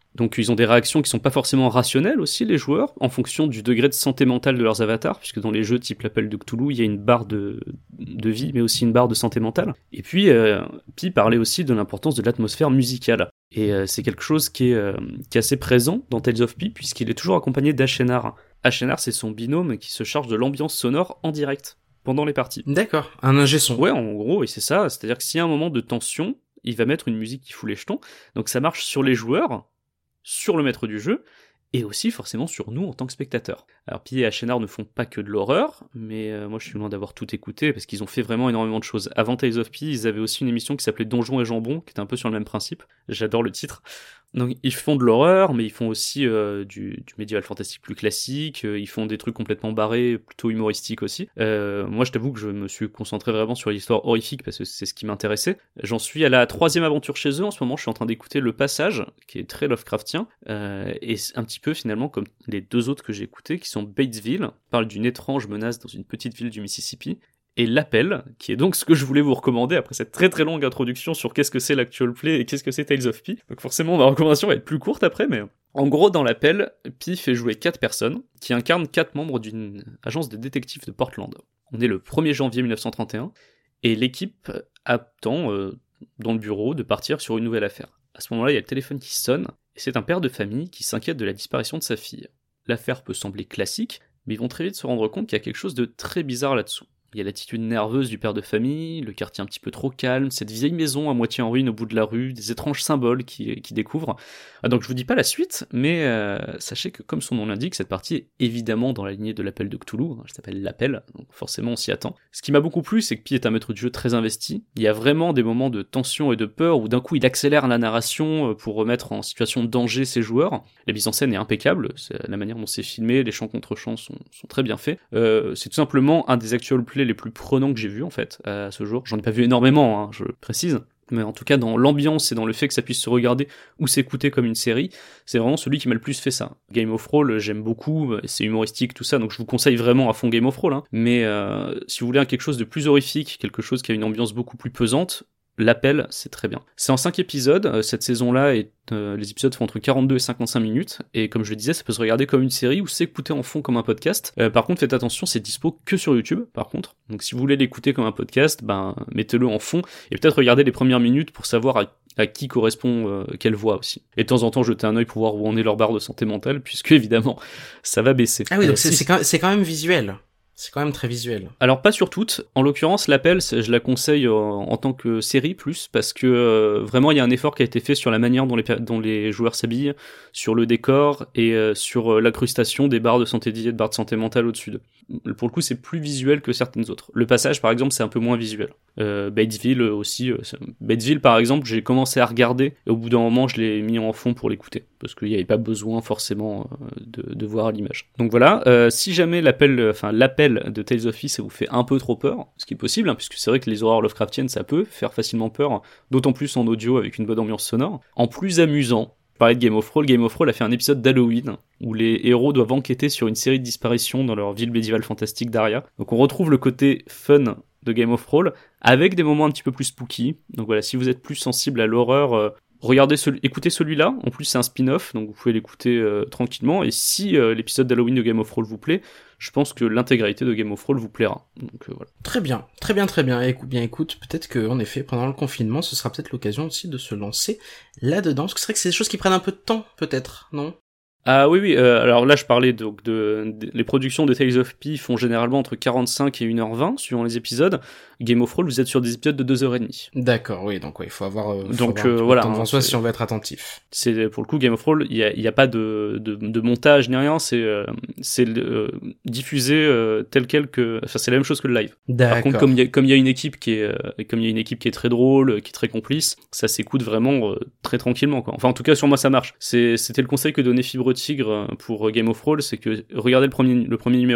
Donc ils ont des réactions qui sont pas forcément rationnelles aussi, les joueurs, en fonction du degré de santé mentale de leurs avatars, puisque dans les jeux type l'appel de Cthulhu, il y a une barre de, de vie, mais aussi une barre de santé mentale. Et puis, euh, Pi parlait aussi de l'importance de l'atmosphère musicale. Et euh, c'est quelque chose qui est, euh, qui est assez présent dans Tales of Pi, puisqu'il est toujours accompagné d'Ashenar. Ashenar, c'est son binôme qui se charge de l'ambiance sonore en direct, pendant les parties. D'accord, un ingé son. Ouais, en gros, et c'est ça, c'est-à-dire que s'il y a un moment de tension, il va mettre une musique qui fout les jetons, donc ça marche sur les joueurs, sur le maître du jeu, et aussi forcément sur nous en tant que spectateurs. Alors Pi et Ashenar ne font pas que de l'horreur, mais euh, moi je suis loin d'avoir tout écouté, parce qu'ils ont fait vraiment énormément de choses. Avant Tales of Pi, ils avaient aussi une émission qui s'appelait Donjons et Jambon, qui était un peu sur le même principe, j'adore le titre. Donc ils font de l'horreur, mais ils font aussi euh, du, du médiéval fantastique plus classique, euh, ils font des trucs complètement barrés, plutôt humoristiques aussi. Euh, moi je t'avoue que je me suis concentré vraiment sur l'histoire horrifique, parce que c'est ce qui m'intéressait. J'en suis à la troisième aventure chez eux, en ce moment je suis en train d'écouter Le Passage, qui est très Lovecraftien, euh, et un petit peu finalement comme les deux autres que j'ai écoutés, qui sont Batesville, parle d'une étrange menace dans une petite ville du Mississippi, et L'Appel, qui est donc ce que je voulais vous recommander après cette très très longue introduction sur qu'est-ce que c'est l'Actual Play et qu'est-ce que c'est Tales of Pi. Donc forcément ma recommandation va être plus courte après, mais en gros dans L'Appel, Pi fait jouer quatre personnes qui incarnent quatre membres d'une agence de détectives de Portland. On est le premier janvier mille neuf cent trente et un, et l'équipe attend euh, dans le bureau de partir sur une nouvelle affaire. À ce moment-là, il y a le téléphone qui sonne, et c'est un père de famille qui s'inquiète de la disparition de sa fille. L'affaire peut sembler classique, mais ils vont très vite se rendre compte qu'il y a quelque chose de très bizarre là-dessous. Il y a l'attitude nerveuse du père de famille, le quartier un petit peu trop calme, cette vieille maison à moitié en ruine au bout de la rue, des étranges symboles qu'il qui découvre. Donc je vous dis pas la suite, mais euh, sachez que comme son nom l'indique, cette partie est évidemment dans la lignée de l'appel de Cthulhu, hein, ça s'appelle l'appel, donc forcément on s'y attend. Ce qui m'a beaucoup plu, c'est que Pi est un maître du jeu très investi, il y a vraiment des moments de tension et de peur où d'un coup il accélère la narration pour remettre en situation de danger ses joueurs. La mise en scène est impeccable, c'est la manière dont c'est filmé, les chants contre chants sont, sont très bien faits. Euh, c'est tout simplement un des actual plays les plus prenants que j'ai vu en fait à ce jour. J'en ai pas vu énormément, hein, je précise, mais en tout cas dans l'ambiance et dans le fait que ça puisse se regarder ou s'écouter comme une série, c'est vraiment celui qui m'a le plus fait ça. Game of Thrones, j'aime beaucoup, c'est humoristique tout ça, donc je vous conseille vraiment à fond Game of Thrones, hein. Mais euh, si vous voulez quelque chose de plus horrifique, quelque chose qui a une ambiance beaucoup plus pesante, L'Appel, c'est très bien. C'est en cinq épisodes, cette saison-là, et euh, les épisodes font entre quarante-deux et cinquante-cinq minutes, et comme je le disais, ça peut se regarder comme une série ou s'écouter en fond comme un podcast. Euh, par contre, faites attention, c'est dispo que sur YouTube, par contre. Donc si vous voulez l'écouter comme un podcast, ben mettez-le en fond, et peut-être regardez les premières minutes pour savoir à, à qui correspond euh, quelle voix aussi. Et de temps en temps, jetez un œil pour voir où en est leur barre de santé mentale, puisque évidemment, ça va baisser. Ah oui, donc euh, c'est, si... c'est, quand, c'est quand même visuel. C'est quand même très visuel. Alors pas sur toutes. En l'occurrence, L'Appel, je la conseille en, en tant que série plus, parce que euh, vraiment il y a un effort qui a été fait sur la manière dont les, dont les joueurs s'habillent, sur le décor et euh, sur euh, l'accrustation des barres de santé et de barres de santé mentale au-dessus d'eux. Pour le coup, c'est plus visuel que certaines autres. Le Passage, par exemple, c'est un peu moins visuel. Euh, Batesville aussi. Euh, Batesville, par exemple, j'ai commencé à regarder et au bout d'un moment, je l'ai mis en fond pour l'écouter parce qu'il n'y avait pas besoin forcément euh, de, de voir l'image. Donc voilà. Euh, si jamais l'appel, enfin l'appel de Tales of Pi, ça vous fait un peu trop peur, ce qui est possible, hein, puisque c'est vrai que les horreurs Lovecraftiennes, ça peut faire facilement peur, d'autant plus en audio avec une bonne ambiance sonore. En plus amusant. Parler de Game of Thrones, Game of Thrones a fait un épisode d'Halloween où les héros doivent enquêter sur une série de disparitions dans leur ville médiévale fantastique d'Aria. Donc on retrouve le côté fun de Game of Thrones avec des moments un petit peu plus spooky. Donc voilà, si vous êtes plus sensible à l'horreur, euh, regardez celui, écoutez celui-là. En plus c'est un spin-off, donc vous pouvez l'écouter euh, tranquillement. Et si euh, l'épisode d'Halloween de Game of Thrones vous plaît, je pense que l'intégralité de Game of Thrones vous plaira. Donc euh, voilà. Très bien, très bien, très bien. Écoute, bien écoute, peut-être que en effet, pendant le confinement, ce sera peut-être l'occasion aussi de se lancer là-dedans, parce que c'est vrai que c'est des choses qui prennent un peu de temps, peut-être, non ? Ah oui, oui, euh, alors là je parlais donc de, de, de... Les productions de Tales of Pi font généralement entre quarante-cinq et une heure vingt, suivant les épisodes. Game of Thrones, vous êtes sur des épisodes de deux heures trente. D'accord, oui, donc ouais, il faut avoir, euh, faut donc, avoir euh, voilà, temps devant hein, soi si on veut être attentif. C'est, pour le coup, Game of Thrones, il y a, y a pas de, de, de montage ni rien, c'est, euh, c'est euh, diffusé euh, tel quel que... Enfin, c'est la même chose que le live. D'accord. Par contre, comme il y a, comme il y a une équipe qui est, euh, comme il y a une équipe qui est très drôle, qui est très complice, ça s'écoute vraiment euh, très tranquillement, quoi. Enfin, en tout cas, sur moi, ça marche. C'est, c'était le conseil que donnait Fibre Tigre pour Game of Thrones, c'est que regardez le premier, le premier numéro,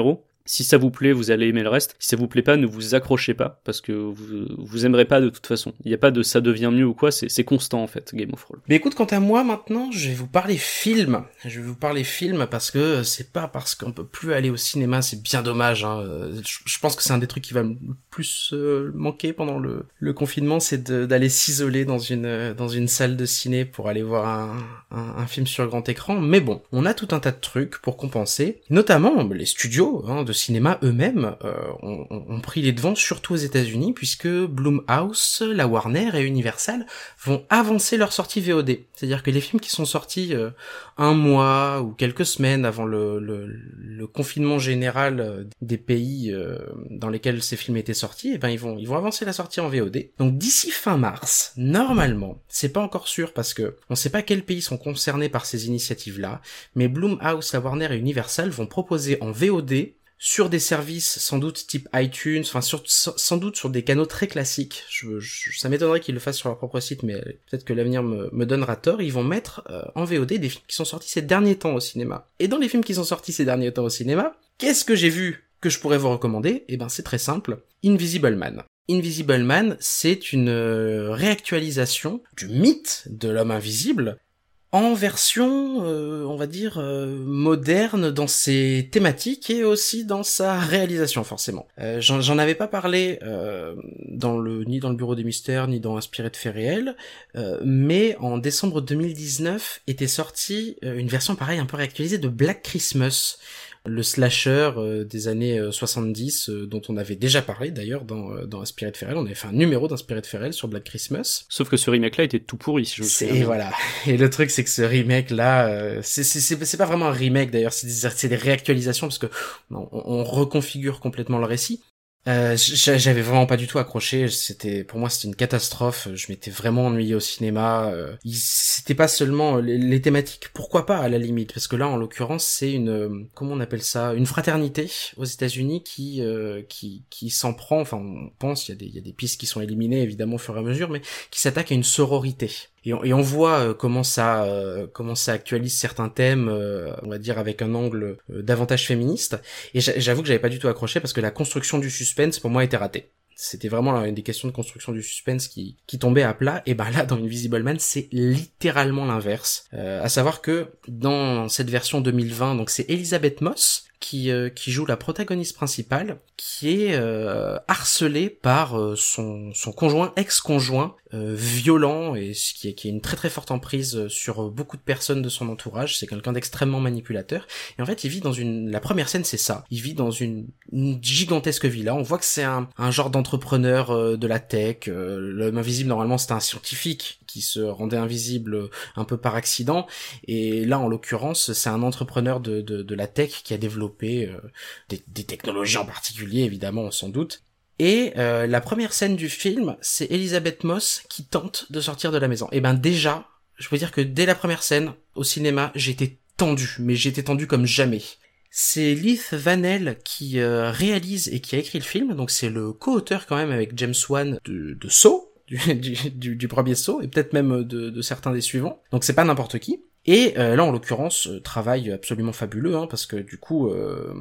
Si ça vous plaît, vous allez aimer le reste. Si ça vous plaît pas, ne vous accrochez pas, parce que vous, vous aimerez pas de toute façon. Il n'y a pas de ça devient mieux ou quoi, c'est, c'est constant en fait, Game of Thrones. Mais écoute, quant à moi maintenant, je vais vous parler film. Je vais vous parler film parce que c'est pas parce qu'on peut plus aller au cinéma, c'est bien dommage. Hein. Je, je pense que c'est un des trucs qui va le plus euh, manquer pendant le, le confinement, c'est de, d'aller s'isoler dans une dans une salle de ciné pour aller voir un, un, un film sur grand écran. Mais bon, on a tout un tas de trucs pour compenser, notamment les studios hein, de cinéma eux-mêmes euh, ont, ont pris les devants, surtout aux États-Unis, puisque Blumhouse, la Warner et Universal vont avancer leur sortie V O D. C'est-à-dire que les films qui sont sortis euh, un mois ou quelques semaines avant le, le, le confinement général des pays euh, dans lesquels ces films étaient sortis, eh ben ils vont ils vont avancer la sortie en V O D. Donc d'ici fin mars, normalement, c'est pas encore sûr parce que on sait pas quels pays sont concernés par ces initiatives-là, mais Blumhouse, la Warner et Universal vont proposer en V O D sur des services sans doute type iTunes, enfin sur, sans doute sur des canaux très classiques. Je, je, ça m'étonnerait qu'ils le fassent sur leur propre site, mais peut-être que l'avenir me, me donnera tort. Ils vont mettre euh, en V O D des films qui sont sortis ces derniers temps au cinéma. Et dans les films qui sont sortis ces derniers temps au cinéma, qu'est-ce que j'ai vu que je pourrais vous recommander ? Eh ben c'est très simple, Invisible Man. Invisible Man, c'est une euh, réactualisation du mythe de l'homme invisible, en version, euh, on va dire, euh, moderne dans ses thématiques et aussi dans sa réalisation, forcément. Euh, j'en, j'en avais pas parlé euh, dans le ni dans le Bureau des Mystères, ni dans Inspiré de faits réels, euh, mais en décembre deux mille dix-neuf était sortie euh, une version pareille, un peu réactualisée de Black Christmas, le slasher euh, des années euh, soixante-dix, euh, dont on avait déjà parlé d'ailleurs dans, euh, dans Inspiré de faits réels. On avait fait un numéro d'Inspiré de faits réels sur Black Christmas. Sauf que ce remake-là était tout pourri, si je me souviens. Et voilà. Et le truc, c'est que ce remake-là, euh, c'est, c'est, c'est, c'est pas vraiment un remake d'ailleurs, c'est des, c'est des réactualisations parce que on, on reconfigure complètement le récit. Euh, j'avais vraiment pas du tout accroché, c'était, pour moi c'était une catastrophe, je m'étais vraiment ennuyé au cinéma, euh, c'était pas seulement les, les thématiques, pourquoi pas à la limite, parce que là en l'occurrence c'est une, comment on appelle ça, une fraternité aux États-Unis qui, euh, qui, qui s'en prend, enfin on pense, il y a des, il y a des pistes qui sont éliminées évidemment au fur et à mesure, mais qui s'attaque à une sororité. Et on, et on voit euh, comment ça euh, comment ça actualise certains thèmes, euh, on va dire avec un angle euh, davantage féministe. Et j'avoue que j'avais pas du tout accroché parce que la construction du suspense pour moi était ratée. C'était vraiment une des questions de construction du suspense qui qui tombait à plat. Et ben là dans Invisible Man c'est littéralement l'inverse. Euh, à savoir que dans cette version deux mille vingt, donc c'est Elisabeth Moss qui euh, qui joue la protagoniste principale, qui est euh, harcelée par euh, son son conjoint, ex-conjoint euh, violent et ce qui est qui est une très très forte emprise sur beaucoup de personnes de son entourage. C'est quelqu'un d'extrêmement manipulateur. Et en fait, il vit dans une la première scène, c'est ça. Il vit dans une, une gigantesque villa. On voit que c'est un un genre d'entrepreneur euh, de la tech. Euh, L'homme invisible normalement c'était un scientifique qui se rendait invisible un peu par accident. Et là en l'occurrence, c'est un entrepreneur de de, de la tech qui a développé Euh, des, des technologies en particulier, évidemment, sans doute. Et euh, la première scène du film, c'est Elisabeth Moss qui tente de sortir de la maison. Et ben déjà, je peux dire que dès la première scène, au cinéma, j'étais tendu, mais j'étais tendu comme jamais. C'est Leith Vannell qui euh, réalise et qui a écrit le film, donc c'est le co-auteur quand même avec James Wan de, de Saw, du, du, du, du premier Saw, et peut-être même de, de certains des suivants. Donc c'est pas n'importe qui. Et euh, là, en l'occurrence, euh, travail absolument fabuleux, hein, parce que du coup, euh,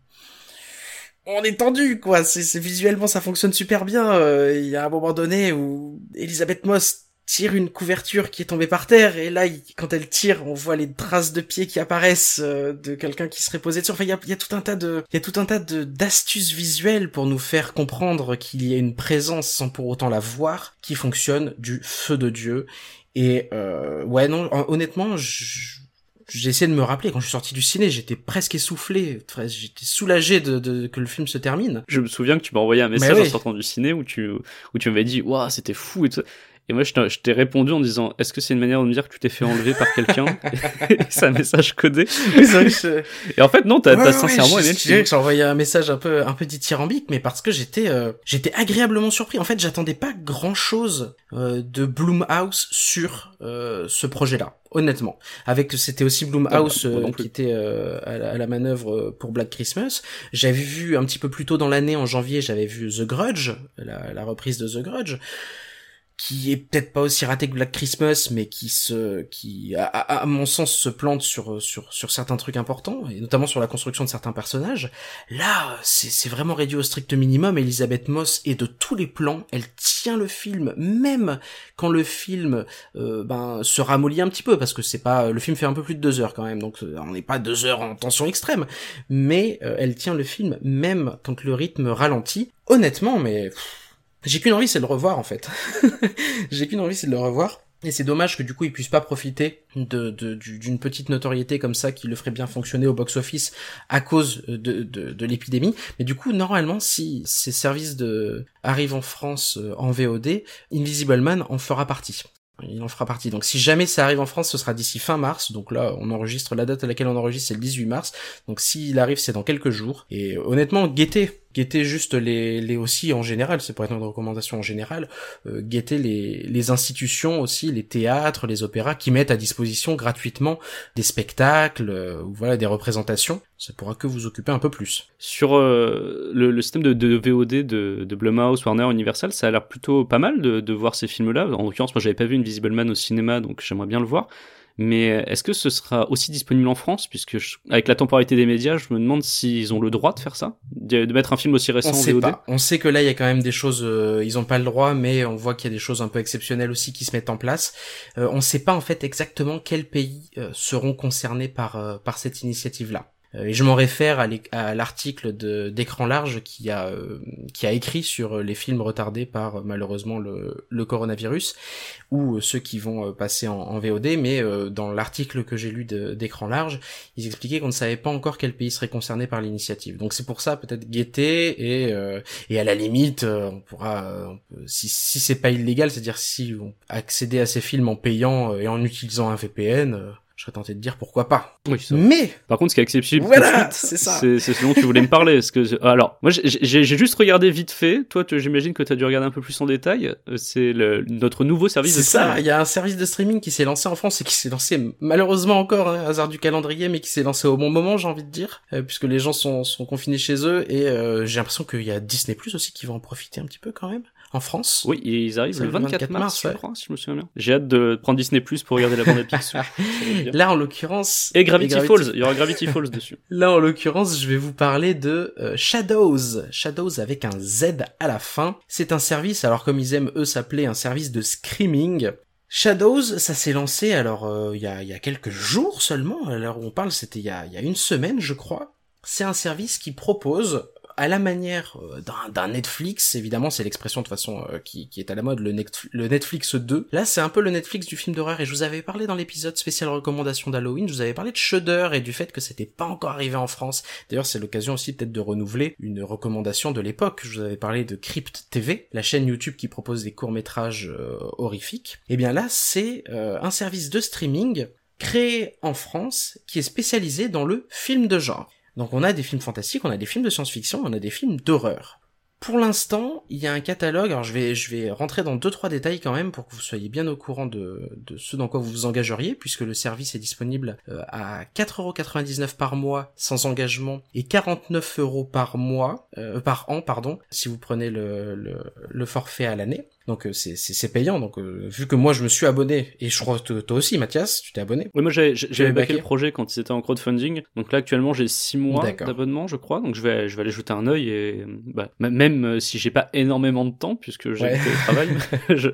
on est tendu, quoi. C'est, c'est visuellement, ça fonctionne super bien. Il euh, y a un moment donné où Elisabeth Moss tire une couverture qui est tombée par terre, et là, il, quand elle tire, on voit les traces de pieds qui apparaissent euh, de quelqu'un qui serait posé dessus. Enfin, il y a, y a tout un tas de, il y a tout un tas de d'astuces visuelles pour nous faire comprendre qu'il y a une présence sans pour autant la voir, qui fonctionne du feu de Dieu. Et euh, ouais non, honnêtement, j'ai essayé de me rappeler, quand je suis sorti du ciné, j'étais presque essoufflé, j'étais soulagé de, de que le film se termine. Je me souviens que tu m'as envoyé un message oui. en sortant du ciné où tu où tu m'avais dit waouh, c'était fou et tout. Et moi, je, je t'ai répondu en disant, est-ce que c'est une manière de me dire que tu t'es fait enlever par quelqu'un? C'est un message codé. Oui, c'est vrai que je... Et en fait, non, t'as, ouais, t'as ouais, sincèrement ouais, aimé le film. J'ai envoyé un message un peu, un peu dithyrambique, mais parce que j'étais, euh, j'étais agréablement surpris. En fait, j'attendais pas grand chose, euh, de Blumhouse sur, euh, ce projet-là. Honnêtement. Avec, c'était aussi Blumhouse, ah, bah, euh, qui était, euh, à la, à la manœuvre pour Black Christmas. J'avais vu un petit peu plus tôt dans l'année, en janvier, j'avais vu The Grudge, la, la reprise de The Grudge. qui est peut-être pas aussi raté que Black Christmas, mais qui se, qui, à, à, à mon sens, se plante sur, sur, sur certains trucs importants, et notamment sur la construction de certains personnages. Là, c'est, c'est vraiment réduit au strict minimum. Elisabeth Moss est de tous les plans, elle tient le film, même quand le film, euh, ben, se ramollit un petit peu, parce que c'est pas, le film fait un peu plus de deux heures quand même, donc on n'est pas deux heures en tension extrême, mais euh, elle tient le film, même quand le rythme ralentit. Honnêtement, mais... Pff, j'ai qu'une envie, c'est de le revoir, en fait. J'ai qu'une envie, c'est de le revoir. Et c'est dommage que du coup, il puisse pas profiter de, de, d'une petite notoriété comme ça qui le ferait bien fonctionner au box-office à cause de, de, de l'épidémie. Mais du coup, normalement, si ces services de arrivent en France en V O D, Invisible Man en fera partie. Il en fera partie. Donc si jamais ça arrive en France, ce sera d'ici fin mars. Donc là, on enregistre, la date à laquelle on enregistre, c'est le dix-huit mars. Donc s'il arrive, c'est dans quelques jours. Et honnêtement, guettez. Guettez juste les, les aussi en général, c'est pour être une recommandation en général, euh, guettez les, les institutions aussi, les théâtres, les opéras qui mettent à disposition gratuitement des spectacles, euh, ou voilà, des représentations. Ça pourra que vous occuper un peu plus. Sur euh, le, le système de, de V O D de, de Blumhouse, Warner, Universal, ça a l'air plutôt pas mal de, de voir ces films-là. En l'occurrence, moi j'avais pas vu Invisible Man au cinéma, donc j'aimerais bien le voir. Mais est-ce que ce sera aussi disponible en France, puisque je, avec la temporalité des médias, je me demande s'ils ont le droit de faire ça, de, de mettre un film aussi récent on en sait V O D. Pas. On sait que là il y a quand même des choses, euh, ils ont pas le droit, mais on voit qu'il y a des choses un peu exceptionnelles aussi qui se mettent en place. Euh, on sait pas en fait exactement quels pays euh, seront concernés par euh, par cette initiative-là. Et je m'en réfère à, à l'article de d'Écran Large qui a euh, qui a écrit sur les films retardés par malheureusement le, le coronavirus, ou ceux qui vont passer en, en V O D. Mais euh, dans l'article que j'ai lu de, d'Écran Large, ils expliquaient qu'on ne savait pas encore quel pays serait concerné par l'initiative. Donc c'est pour ça peut-être guetter et euh, et à la limite euh, on pourra on peut, si si c'est pas illégal, c'est-à-dire si on accéder à ces films en payant et en utilisant un V P N. Euh, Je serais tenté de dire pourquoi pas. Oui, ça. Mais par contre, ce qui est exceptionnel, voilà, c'est ça. C'est, c'est ce dont tu voulais me parler. Parce que alors, moi, j'ai, j'ai, j'ai juste regardé vite fait. Toi, tu, j'imagine que tu as dû regarder un peu plus en détail. C'est le, notre nouveau service c'est de streaming. C'est ça. Il y a un service de streaming qui s'est lancé en France et qui s'est lancé malheureusement encore, hein, hasard du calendrier, mais qui s'est lancé au bon moment, j'ai envie de dire, euh, puisque les gens sont, sont confinés chez eux et euh, j'ai l'impression qu'il y a Disney Plus aussi qui va en profiter un petit peu quand même. En France. Oui, ils arrivent le vingt-quatre, vingt-quatre mars, ouais. je crois, si je me souviens bien. J'ai hâte de prendre Disney Plus pour regarder la bande à Picsou. Là, en l'occurrence... Et Gravity, et Gravity Falls, il y aura Gravity Falls dessus. Là, en l'occurrence, je vais vous parler de euh, Shadows. Shadows avec un Z à la fin. C'est un service, alors comme ils aiment eux s'appeler, un service de screaming. Shadows, ça s'est lancé, alors, il euh, y, a, y a quelques jours seulement. À l'heure où on parle, c'était il y a, y a une semaine, je crois. C'est un service qui propose... à la manière d'un, d'un Netflix, évidemment c'est l'expression de toute façon euh, qui, qui est à la mode, le, Netf- le Netflix deux. Là c'est un peu le Netflix du film d'horreur, et je vous avais parlé dans l'épisode spécial recommandation d'Halloween, je vous avais parlé de Shudder et du fait que c'était pas encore arrivé en France. D'ailleurs c'est l'occasion aussi peut-être de renouveler une recommandation de l'époque. Je vous avais parlé de Crypt T V, la chaîne YouTube qui propose des courts-métrages euh, horrifiques. Et bien là c'est euh, un service de streaming créé en France qui est spécialisé dans le film de genre. Donc on a des films fantastiques, on a des films de science-fiction, on a des films d'horreur. Pour l'instant, il y a un catalogue, alors je vais je vais rentrer dans deux trois détails quand même pour que vous soyez bien au courant de de ce dans quoi vous vous engageriez, puisque le service est disponible euh, à quatre euros quatre-vingt-dix-neuf par mois sans engagement et quarante-neuf euros par mois euh, par an pardon, si vous prenez le le, le forfait à l'année. Donc c'est c'est, c'est payant. Donc euh, vu que moi je me suis abonné, et je crois que toi aussi Mathias, tu t'es abonné. Oui, moi j'avais j'avais backé le projet quand ils étaient en crowdfunding. Donc là actuellement j'ai six mois D'accord. d'abonnement, je crois. Donc je vais je vais aller jeter un œil, et bah, même si j'ai pas énormément de temps puisque j'ai ouais. le travail, je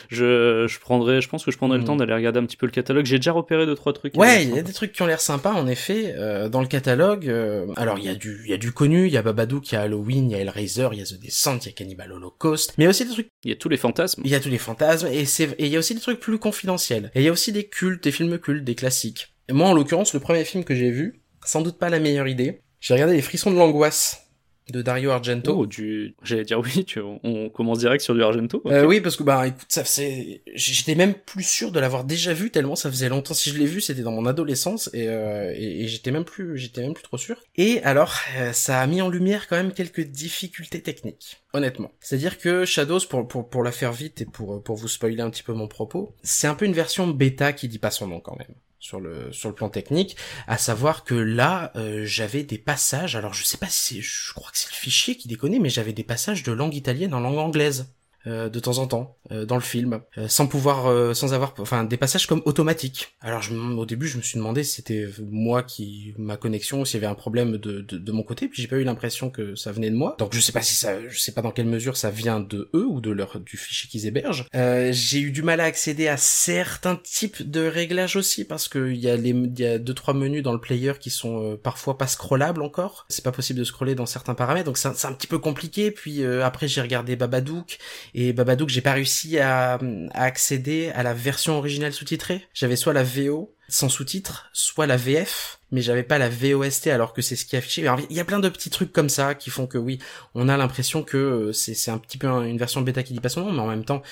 je je prendrai je pense que je prendrai mmh. le temps d'aller regarder un petit peu le catalogue. J'ai déjà repéré deux trois trucs. Ouais, il y a des trucs qui ont l'air sympas en effet euh, dans le catalogue. Euh, alors il y a du il y a du connu, il y a Babadook, il y a Halloween, il y a Hellraiser, il y a The Descent, il y a Cannibal Holocaust. Mais il y a aussi des trucs. Il y a tous les fantasmes. Il y a tous les fantasmes, et c'est, et il y a aussi des trucs plus confidentiels. Et il y a aussi des cultes, des films cultes, des classiques. Et moi, en l'occurrence, le premier film que j'ai vu, sans doute pas la meilleure idée, j'ai regardé Les Frissons de l'Angoisse de Dario Argento. Oh, du, j'allais dire oui, tu, on commence direct sur du Argento. Okay. Euh, oui, parce que bah écoute, ça c'est, j'étais même plus sûr de l'avoir déjà vu tellement ça faisait longtemps. Si je l'ai vu, c'était dans mon adolescence, et, euh, et, et j'étais même plus, j'étais même plus trop sûr. Et alors, euh, ça a mis en lumière quand même quelques difficultés techniques. Honnêtement. C'est-à-dire que Shadows, pour, pour, pour la faire vite et pour, pour vous spoiler un petit peu mon propos, c'est un peu une version bêta qui dit pas son nom quand même. Sur le sur le plan technique, à savoir que là euh, j'avais des passages, alors je sais pas si c'est, je crois que c'est le fichier qui déconne, mais j'avais des passages de langue italienne en langue anglaise. euh, de temps en temps euh, dans le film, euh, sans pouvoir, euh, sans avoir, enfin des passages comme automatiques. Alors je, au début je me suis demandé si c'était moi qui, ma connexion, s'il y avait un problème de, de, de mon côté, puis j'ai pas eu l'impression que ça venait de moi. Donc je sais pas si ça, je sais pas dans quelle mesure ça vient de eux ou de leur du fichier qu'ils hébergent. Euh, j'ai eu du mal à accéder à certains types de réglages aussi parce que il y a les, il y a deux trois menus dans le player qui sont euh, parfois pas scrollables encore. C'est pas possible de scroller dans certains paramètres, donc c'est, c'est un petit peu compliqué. Puis euh, après j'ai regardé Babadook et Babadook j'ai pas réussi à, à accéder à la version originale sous-titrée. J'avais soit la V O sans sous-titres, soit la V F, mais j'avais pas la V O S T alors que c'est ce qui est affiché. Alors, il y a plein de petits trucs comme ça qui font que oui, on a l'impression que c'est, c'est un petit peu une version bêta qui dit pas son nom, mais en même temps,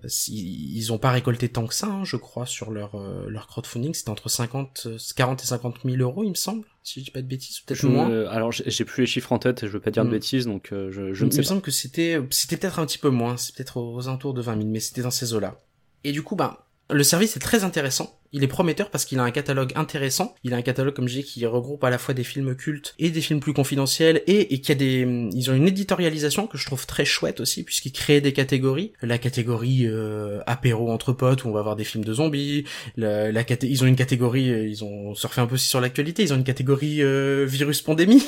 ils ont pas récolté tant que ça, hein, je crois, sur leur euh, leur crowdfunding. C'était entre cinquante, quarante et cinquante mille euros, il me semble, si je dis pas de bêtises, peut-être je, moins. Euh, alors, j'ai, j'ai plus les chiffres en tête, je veux pas dire mmh. de bêtises, donc euh, je, je ne sais il pas. me semble que c'était, c'était peut-être un petit peu moins, c'est peut-être aux alentours de vingt mille, mais c'était dans ces eaux-là. Et du coup, ben, le service est très intéressant. Il est prometteur parce qu'il a un catalogue intéressant. Il a un catalogue, comme je dis, qui regroupe à la fois des films cultes et des films plus confidentiels et, et qui a des, ils ont une éditorialisation que je trouve très chouette aussi puisqu'ils créent des catégories. La catégorie euh, apéro entre potes où on va avoir des films de zombies. La, la caté- ils ont une catégorie, ils ont surfé un peu aussi sur l'actualité. Ils ont une catégorie euh, virus pandémie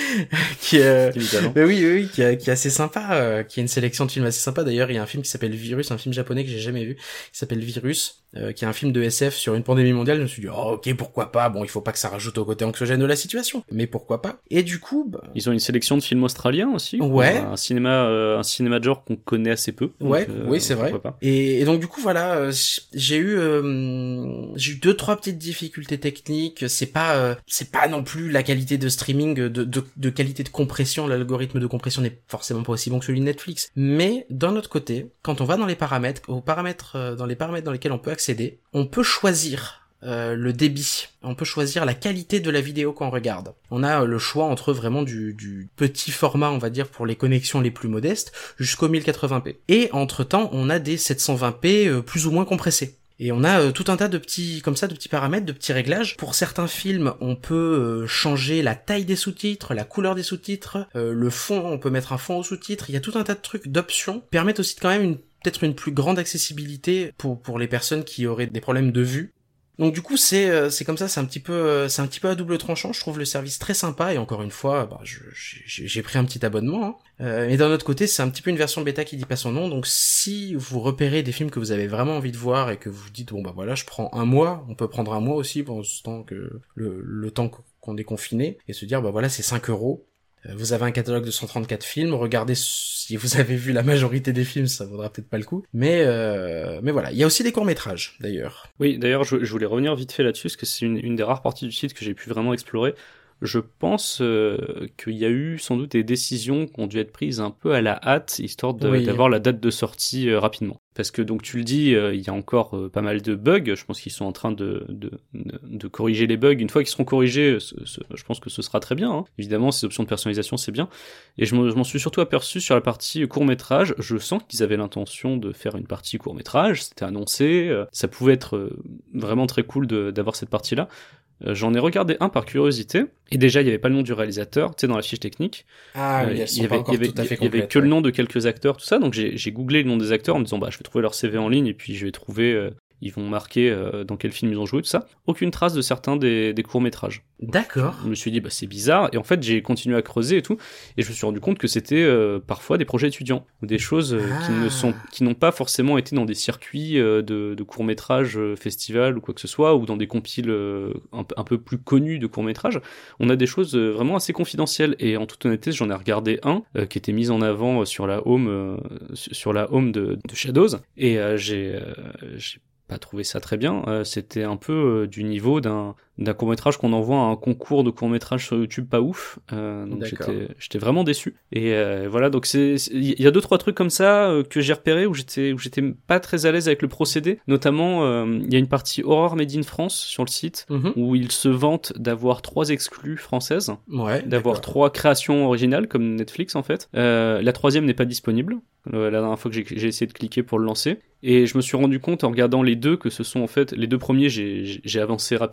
qui est, euh, oui, oui, qui est, qui est assez sympa, euh, qui est une sélection de films assez sympa. D'ailleurs, il y a un film qui s'appelle Virus, un film japonais que j'ai jamais vu, qui s'appelle Virus, euh, qui est un film de S F sur une pandémie mondiale. Je me suis dit, oh, ok, pourquoi pas. Bon, il faut pas que ça rajoute au côté anxiogène de la situation, mais pourquoi pas. Et du coup, bah... ils ont une sélection de films australiens aussi. Ouais. Un cinéma, euh, un cinéma de genre qu'on connaît assez peu. Donc, ouais, euh, oui, c'est vrai. Et, et donc du coup, voilà, euh, j'ai eu, euh, j'ai eu deux, trois petites difficultés techniques. C'est pas, euh, c'est pas non plus la qualité de streaming, de, de, de qualité de compression. L'algorithme de compression n'est forcément pas aussi bon que celui de Netflix. Mais d'un autre côté, quand on va dans les paramètres, aux paramètres, euh, dans les paramètres dans lesquels on peut accéder, on peut choisir Euh, le débit, on peut choisir la qualité de la vidéo qu'on regarde. On a euh, le choix entre vraiment du, du petit format, on va dire, pour les connexions les plus modestes, jusqu'au mille quatre-vingts p. Et entre-temps, on a des sept cent vingt p euh, plus ou moins compressés. Et on a euh, tout un tas de petits, comme ça, de petits paramètres, de petits réglages. Pour certains films, on peut euh, changer la taille des sous-titres, la couleur des sous-titres, euh, le fond, on peut mettre un fond aux sous-titres. Il y a tout un tas de trucs, d'options, qui permettent aussi de quand même une, peut-être une plus grande accessibilité pour, pour les personnes qui auraient des problèmes de vue. Donc du coup c'est euh, c'est comme ça, c'est un petit peu euh, c'est un petit peu à double tranchant. Je trouve le service très sympa et encore une fois, bah je, j'ai, j'ai pris un petit abonnement. Hein. Euh, mais d'un autre côté, c'est un petit peu une version bêta qui dit pas son nom. Donc si vous repérez des films que vous avez vraiment envie de voir et que vous dites bon bah voilà, je prends un mois, on peut prendre un mois aussi pendant ce temps que le le temps qu'on est confiné et se dire bah voilà c'est cinq euros. Vous avez un catalogue de cent trente-quatre films, regardez si vous avez vu la majorité des films, ça vaudra peut-être pas le coup. Mais euh, mais voilà, il y a aussi des courts-métrages d'ailleurs. Oui, d'ailleurs je, je voulais revenir vite fait là-dessus, parce que c'est une, une des rares parties du site que j'ai pu vraiment explorer. Je pense euh, qu'il y a eu sans doute des décisions qui ont dû être prises un peu à la hâte, histoire de, oui. d'avoir la date de sortie euh, rapidement. Parce que donc tu le dis, euh, il y a encore euh, pas mal de bugs. Je pense qu'ils sont en train de, de, de, de corriger les bugs. Une fois qu'ils seront corrigés, ce, ce, je pense que ce sera très bien. Hein. Évidemment, ces options de personnalisation, c'est bien. Et je, me, je m'en suis surtout aperçu sur la partie court-métrage. Je sens qu'ils avaient l'intention de faire une partie court-métrage. C'était annoncé. Euh, ça pouvait être euh, vraiment très cool de, d'avoir cette partie-là. Euh, j'en ai regardé un par curiosité, et déjà il y avait pas le nom du réalisateur, tu sais, dans la fiche technique. Ah oui, elles sont il y avait, pas encore il y avait, tout à fait il y avait que ouais. le nom de quelques acteurs, tout ça, donc j'ai, j'ai googlé le nom des acteurs en me disant bah je vais trouver leur C V en ligne et puis je vais trouver, euh, ils vont marquer euh, dans quel film ils ont joué, tout ça. Aucune trace de certains des, des courts-métrages. D'accord. Je me suis dit bah c'est bizarre, et en fait j'ai continué à creuser et tout, et je me suis rendu compte que c'était euh, parfois des projets étudiants, ou des choses euh, ah. qui ne sont, qui n'ont pas forcément été dans des circuits euh, de, de courts-métrages, euh, festivals ou quoi que ce soit, ou dans des compiles euh, un, un peu plus connus de courts-métrages. On a des choses euh, vraiment assez confidentielles, et en toute honnêteté j'en ai regardé un euh, qui était mis en avant sur la home, euh, sur la home de, de Shadows, et euh, j'ai, euh, j'ai pas trouvé ça très bien. Euh, c'était un peu euh, du niveau d'un d'un court-métrage qu'on envoie à un concours de court-métrage sur YouTube pas ouf. Euh, donc j'étais j'étais vraiment déçu. Et euh, voilà, donc c'est il y a deux trois trucs comme ça euh, que j'ai repéré où j'étais où j'étais pas très à l'aise avec le procédé. Notamment il euh, y a une partie Horror Made in France sur le site mm-hmm. où ils se vantent d'avoir trois exclus françaises, ouais, d'avoir d'accord. trois créations originales comme Netflix en fait. Euh, la troisième n'est pas disponible. La dernière fois que j'ai, j'ai essayé de cliquer pour le lancer, et je me suis rendu compte en regardant les deux que ce sont en fait les deux premiers, j'ai, j'ai avancé rapide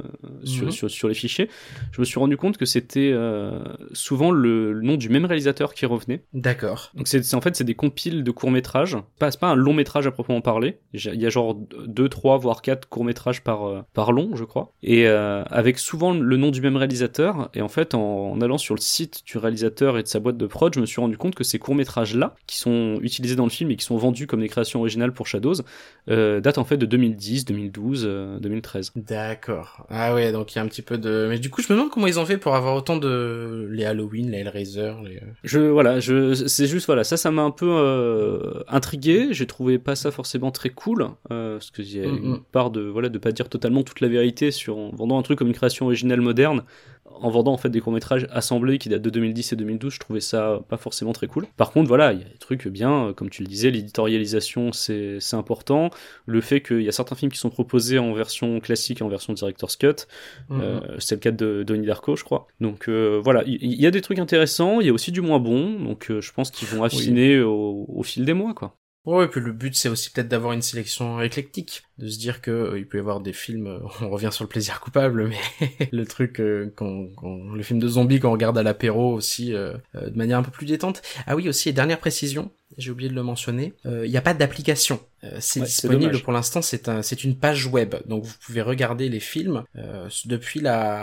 sur, Mhm. sur, sur les fichiers, je me suis rendu compte que c'était euh, souvent le, le nom du même réalisateur qui revenait. D'accord. Donc c'est, c'est en fait c'est des compiles de courts métrages, pas c'est pas un long métrage à proprement parler. Il y a genre deux, trois voire quatre courts métrages par euh, par long, je crois, et euh, avec souvent le nom du même réalisateur. Et en fait, en, en allant sur le site du réalisateur et de sa boîte de prod, je me suis rendu compte que ces courts métrages là, qui sont utilisés dans le film et qui sont vendus comme des créations originales pour Shadows, euh, datent en fait de deux mille dix, deux mille douze, euh, deux mille treize. D'accord. Ah ouais, donc il y a un petit peu de... Mais du coup, je me demande comment ils ont fait pour avoir autant de... Les Halloween, les Hellraiser, les... Je voilà, je c'est juste voilà, ça ça m'a un peu euh, intrigué, j'ai trouvé pas ça forcément très cool euh, parce que il y a Mm-hmm. une part de voilà de pas dire totalement toute la vérité sur en vendant un truc comme une création originale moderne, en vendant en fait des courts-métrages assemblés qui datent de deux mille dix et deux mille douze, je trouvais ça pas forcément très cool. Par contre, voilà, il y a des trucs bien, comme tu le disais, l'éditorialisation c'est c'est important, le fait qu'il y a certains films qui sont proposés en version classique et en version director's cut, Mm-hmm. euh, c'est le cas de Donnie Darko, je crois. Donc euh, voilà, il y, y a des trucs intéressants, il y a aussi du moins bon, donc euh, je pense qu'ils vont affiner oui. au, au fil des mois, quoi. Ouais, et puis le but c'est aussi peut-être d'avoir une sélection éclectique, de se dire que euh, il peut y avoir des films, euh, on revient sur le plaisir coupable, mais le truc, euh, qu'on, qu'on, le film de zombies qu'on regarde à l'apéro aussi, euh, euh, de manière un peu plus détente. Ah oui, aussi, et dernière précision, j'ai oublié de le mentionner, il euh, n'y a pas d'application. Euh, c'est ouais, disponible c'est pour l'instant, c'est un, c'est une page web, donc vous pouvez regarder les films euh, depuis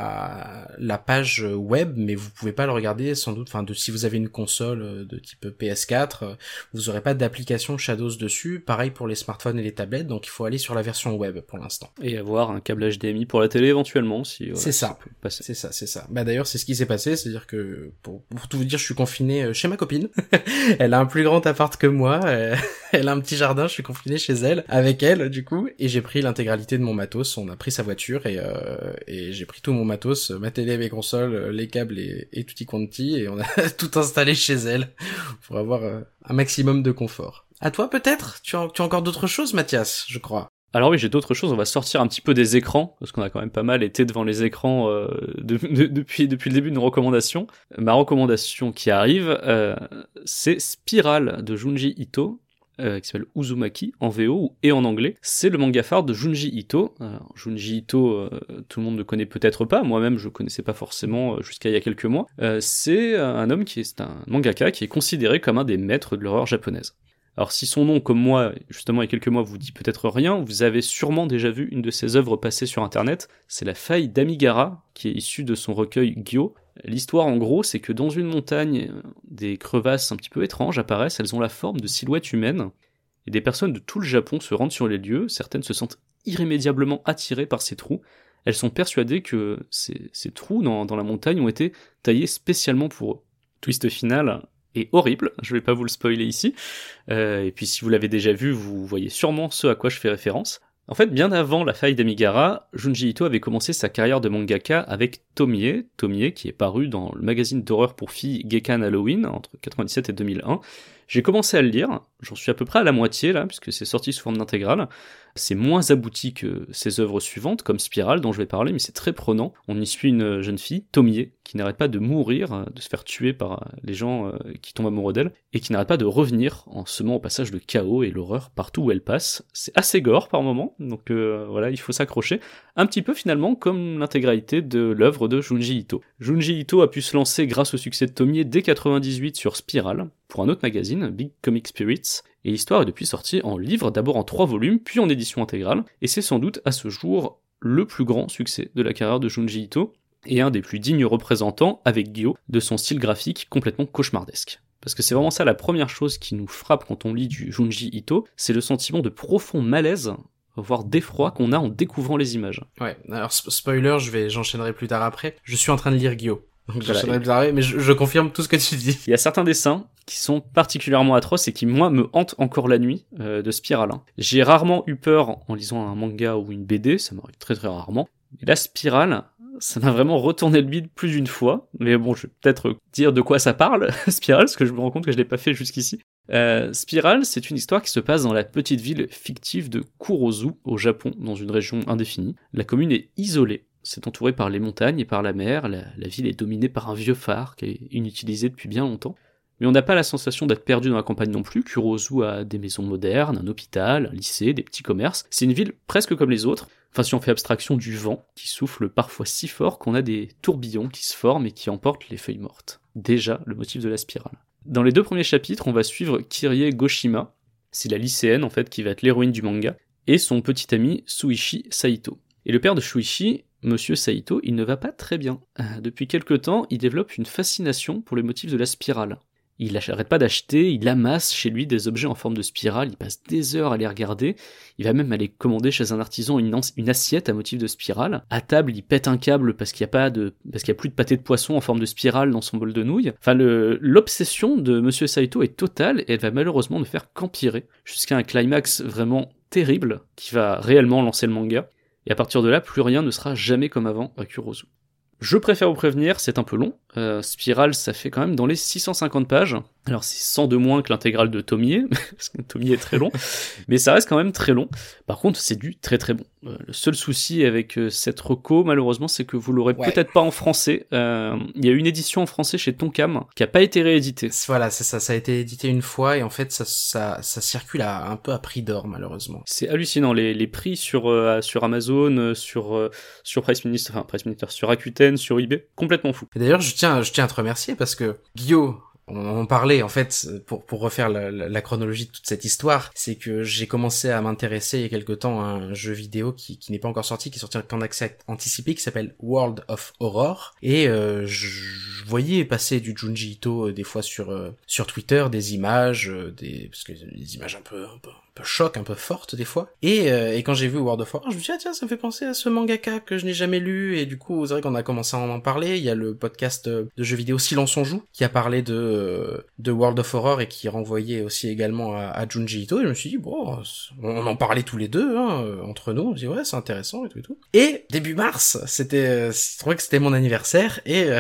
la la page web, mais vous pouvez pas le regarder sans doute. Enfin, de, si vous avez une console de type P S quatre, vous aurez pas d'application Shadows dessus. Pareil pour les smartphones et les tablettes, donc il faut aller sur la version web pour l'instant. Et avoir un câble H D M I pour la télé éventuellement, si. Voilà, c'est ça. Ça c'est ça, c'est ça. Bah d'ailleurs, c'est ce qui s'est passé, c'est-à-dire que pour, pour tout vous dire, je suis confiné chez ma copine. Elle a un plus grand appart que moi. Elle a un petit jardin. Je suis confiné chez elle. Avec elle du coup, et j'ai pris l'intégralité de mon matos, on a pris sa voiture et euh, et j'ai pris tout mon matos, ma télé, mes consoles, les câbles et, et tutti quanti, et on a tout installé chez elle pour avoir euh, un maximum de confort. À toi peut-être? Tu as, tu as encore d'autres choses, Mathias, je crois. Alors oui, j'ai d'autres choses, on va sortir un petit peu des écrans, parce qu'on a quand même pas mal été devant les écrans euh, de, de, depuis, depuis le début de nos recommandations. Ma recommandation qui arrive, euh, c'est Spiral de Junji Ito, Euh, qui s'appelle Uzumaki en V O et en anglais. C'est le manga phare de Junji Ito. Alors, Junji Ito, euh, tout le monde ne connaît peut-être pas, moi-même je connaissais pas forcément jusqu'à il y a quelques mois. Euh, c'est un homme qui est, c'est un mangaka qui est considéré comme un des maîtres de l'horreur japonaise. Alors si son nom, comme moi, justement il y a quelques mois, vous dit peut-être rien, vous avez sûrement déjà vu une de ses œuvres passer sur internet, c'est La Faille d'Amigara, qui est issue de son recueil Gyo. L'histoire en gros, c'est que dans une montagne, des crevasses un petit peu étranges apparaissent, elles ont la forme de silhouettes humaines, et des personnes de tout le Japon se rendent sur les lieux, certaines se sentent irrémédiablement attirées par ces trous, elles sont persuadées que ces, ces trous dans, dans la montagne ont été taillés spécialement pour eux. Twist final est horrible, je vais pas vous le spoiler ici, euh, et puis si vous l'avez déjà vu, vous voyez sûrement ce à quoi je fais référence. En fait, bien avant La Faille d'Amigara, Junji Ito avait commencé sa carrière de mangaka avec Tomie, Tomie qui est paru dans le magazine d'horreur pour filles Gekkan Halloween entre quatre-vingt-dix-sept et deux mille un. J'ai commencé à le lire, j'en suis à peu près à la moitié là, puisque c'est sorti sous forme d'intégrale. C'est moins abouti que ses œuvres suivantes, comme Spiral dont je vais parler, mais c'est très prenant. On y suit une jeune fille, Tomie, qui n'arrête pas de mourir, de se faire tuer par les gens qui tombent amoureux d'elle, et qui n'arrête pas de revenir en semant au passage le chaos et l'horreur partout où elle passe. C'est assez gore par moment, donc euh, voilà, il faut s'accrocher. Un petit peu finalement comme l'intégralité de l'œuvre de Junji Ito. Junji Ito a pu se lancer grâce au succès de Tomie dès quatre-vingt-dix-huit sur Spiral, pour un autre magazine, Big Comic Spirits, et l'histoire est depuis sortie en livre, d'abord en trois volumes, puis en édition intégrale, et c'est sans doute à ce jour le plus grand succès de la carrière de Junji Ito, et un des plus dignes représentants, avec Gyo, de son style graphique complètement cauchemardesque. Parce que c'est vraiment ça la première chose qui nous frappe quand on lit du Junji Ito, c'est le sentiment de profond malaise, voire d'effroi qu'on a en découvrant les images. Ouais, alors spoiler, je vais, j'enchaînerai plus tard après, je suis en train de lire Gyo. Donc voilà, j'enchaînerai plus tard, mais je, je confirme tout ce que tu dis. Il y a certains dessins qui sont particulièrement atroces et qui, moi, me hantent encore la nuit euh, de Spiral. Hein. J'ai rarement eu peur en lisant un manga ou une B D, ça m'arrive très très rarement. Mais la Spiral, ça m'a vraiment retourné le bide plus d'une fois. Mais bon, je vais peut-être dire de quoi ça parle, Spiral, parce que je me rends compte que je l'ai pas fait jusqu'ici. Euh, Spiral, c'est une histoire qui se passe dans la petite ville fictive de Kurozu, au Japon, dans une région indéfinie. La commune est isolée. C'est entouré par les montagnes et par la mer, la, la ville est dominée par un vieux phare qui est inutilisé depuis bien longtemps. Mais on n'a pas la sensation d'être perdu dans la campagne non plus. Kurozu a des maisons modernes, un hôpital, un lycée, des petits commerces. C'est une ville presque comme les autres. Enfin, si on fait abstraction du vent, qui souffle parfois si fort qu'on a des tourbillons qui se forment et qui emportent les feuilles mortes. Déjà, le motif de la spirale. Dans les deux premiers chapitres, on va suivre Kirie Goshima. C'est la lycéenne, en fait, qui va être l'héroïne du manga. Et son petit ami Suichi Saito. Et le père de Shuichi, Monsieur Saito, il ne va pas très bien. Euh, depuis quelque temps, il développe une fascination pour le motif de la spirale. Il n'arrête pas d'acheter, il amasse chez lui des objets en forme de spirale, il passe des heures à les regarder, il va même aller commander chez un artisan une, une assiette à motif de spirale. À table, il pète un câble parce qu'il n'y a pas de, parce qu'il y a plus de pâté de poisson en forme de spirale dans son bol de nouilles. Enfin, le, l'obsession de Monsieur Saito est totale et elle va malheureusement ne faire qu'empirer, jusqu'à un climax vraiment terrible qui va réellement lancer le manga. Et à partir de là, plus rien ne sera jamais comme avant à Kurozu. Je préfère vous prévenir, c'est un peu long. Euh, Spirale, ça fait quand même dans les six cent cinquante pages. Alors c'est cent de moins que l'intégrale de Tomie, parce que Tomie est très long, mais ça reste quand même très long. Par contre, c'est du très très bon. Euh, le seul souci avec euh, cette reco, malheureusement, c'est que vous l'aurez ouais. peut-être pas en français. Euh, il y a une édition en français chez Tonkam qui a pas été rééditée. Voilà, c'est ça. Ça a été édité une fois et en fait, ça, ça, ça circule à, un peu à prix d'or, malheureusement. C'est hallucinant. Les, les prix sur euh, sur Amazon, sur euh, sur Price Minister, enfin Price Minister, sur Rakuten, sur eBay, complètement fou. Et d'ailleurs, je tiens, je tiens à te remercier parce que Guillaume, on en parlait en fait pour pour refaire la, la, la chronologie de toute cette histoire, c'est que j'ai commencé à m'intéresser il y a quelque temps à un jeu vidéo qui qui n'est pas encore sorti, qui est sorti en accès anticipé, qui s'appelle World of Horror, et euh, je, je voyais passer du Junji Ito euh, des fois sur euh, sur Twitter, des images, euh, des parce que des images un peu un peu un peu choc, un peu fortes des fois. Et euh, et quand j'ai vu World of Horror, je me suis dit ah tiens, ça me fait penser à ce mangaka que je n'ai jamais lu, et du coup c'est vrai qu'on a commencé à en parler. Il y a le podcast de jeux vidéo Silence on joue qui a parlé de de World of Horror et qui renvoyait aussi également à, à Junji Ito, et je me suis dit bon, on en parlait tous les deux hein, entre nous, on me dit ouais c'est intéressant et tout et tout. Et début mars, c'était je trouvais que c'était mon anniversaire, et euh,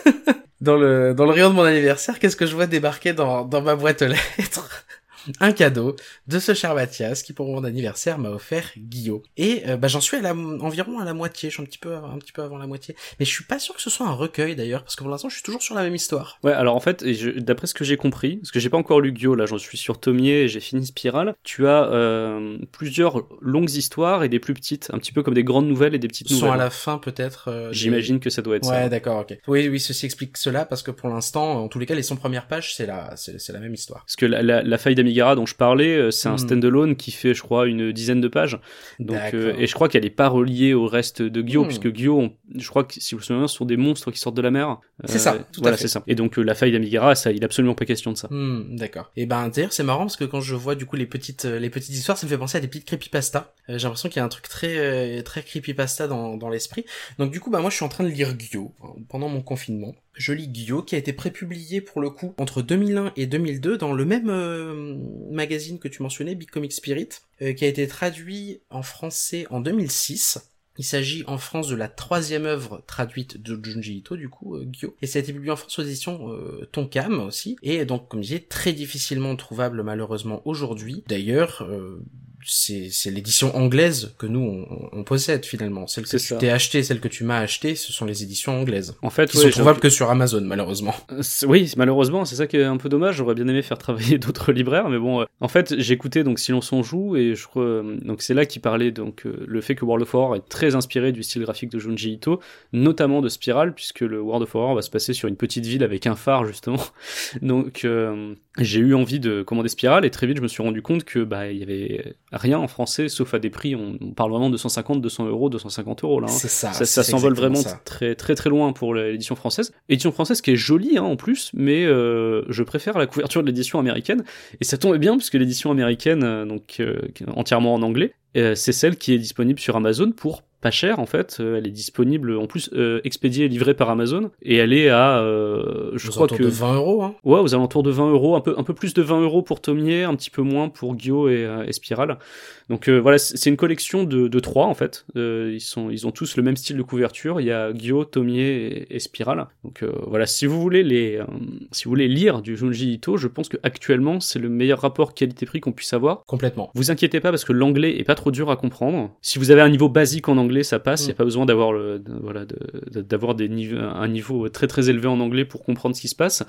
dans le dans le rayon de mon anniversaire, qu'est-ce que je vois débarquer dans dans ma boîte aux lettres? Un cadeau de ce cher Mathias qui pour mon anniversaire m'a offert Guillaume. Et euh, bah j'en suis à la, environ à la moitié, je suis un petit peu un petit peu avant la moitié. Mais je suis pas sûr que ce soit un recueil d'ailleurs, parce que pour l'instant je suis toujours sur la même histoire. Ouais, alors en fait, et je, d'après ce que j'ai compris, parce que j'ai pas encore lu Guillaume, là j'en suis sur Tomie et j'ai fini Spirale, tu as euh, plusieurs longues histoires et des plus petites, un petit peu comme des grandes nouvelles et des petites Sont nouvelles. Sont à la fin peut-être. Euh, J'imagine des... que ça doit être ouais, ça. Ouais, d'accord, ok. Oui, oui, ceci explique cela, parce que pour l'instant, en tous les cas, les cent premières pages, c'est la, c'est, c'est la même histoire. Parce que la, la, la faille d'Amigara dont je parlais, c'est un hmm. stand-alone qui fait, je crois, une dizaine de pages. Donc, euh, et je crois qu'elle est pas reliée au reste de Gyo, hmm. puisque Gyo, on, je crois que si vous vous souvenez, ce sont des monstres qui sortent de la mer. C'est euh, ça, tout voilà, à fait. c'est ça. Et donc, euh, la faille d'Amigara, ça, il est absolument pas question de ça. Hmm, d'accord. Et ben, d'ailleurs, c'est marrant parce que quand je vois du coup les petites, les petites histoires, ça me fait penser à des petites creepypasta. Euh, j'ai l'impression qu'il y a un truc très, euh, très creepypasta dans, dans l'esprit. Donc du coup, bah moi, je suis en train de lire Gyo hein, pendant mon confinement. Je lis Gyo, qui a été prépublié pour le coup entre deux mille un et deux mille deux dans le même euh, magazine que tu mentionnais, Big Comic Spirit, euh, qui a été traduit en français en deux mille six. Il s'agit en France de la troisième œuvre traduite de Junji Ito, du coup, euh, Gyo. Et ça a été publié en France aux éditions euh, Tonkam aussi. Et donc, comme je disais, très difficilement trouvable malheureusement aujourd'hui. D'ailleurs, euh, c'est, c'est l'édition anglaise que nous, on, on possède finalement. Celle que c'est tu ça. t'es acheté, celle que tu m'as acheté, ce sont les éditions anglaises. En fait, qui ouais, sont trouvables que sur Amazon, malheureusement. Euh, oui, malheureusement, c'est ça qui est un peu dommage. J'aurais bien aimé faire travailler d'autres libraires, mais bon, euh, en fait, j'écoutais donc Silence on joue, et je euh, donc c'est là qu'il parlait donc euh, le fait que World of Horror est très inspiré du style graphique de Junji Ito, notamment de Spirale, puisque le World of Horror va se passer sur une petite ville avec un phare justement. Donc euh, j'ai eu envie de commander Spirale, et très vite je me suis rendu compte que bah il y avait rien en français, sauf à des prix, on, on parle vraiment de cent cinquante, deux cents euros, deux cent cinquante euros là. Hein. C'est ça. Ça, c'est ça s'envole vraiment ça. très très très loin pour l'édition française. Édition française qui est jolie hein, en plus, mais euh, je préfère la couverture de l'édition américaine, et ça tombe bien puisque l'édition américaine, euh, donc euh, entièrement en anglais, euh, c'est celle qui est disponible sur Amazon pour pas cher en fait, euh, elle est disponible en plus euh, expédiée et livrée par Amazon, et elle est à euh, je aux crois que de vingt euros hein. Ouais, aux alentours de vingt euros, un peu un peu plus de vingt euros pour Tomie, un petit peu moins pour Gyo et, euh, et Spirale. Donc euh, voilà, c'est une collection de de trois en fait. Euh, ils sont ils ont tous le même style de couverture, il y a Gyo, Tomie et, et Spirale. Donc euh, voilà, si vous voulez les euh, si vous voulez lire du Junji Ito, je pense que actuellement c'est le meilleur rapport qualité-prix qu'on puisse avoir. Complètement. Vous inquiétez pas parce que l'anglais est pas trop dur à comprendre. Si vous avez un niveau basique en anglais, ça passe, il mm. y a pas besoin d'avoir le de, voilà de, de, d'avoir des niveaux un niveau très très élevé en anglais pour comprendre ce qui se passe.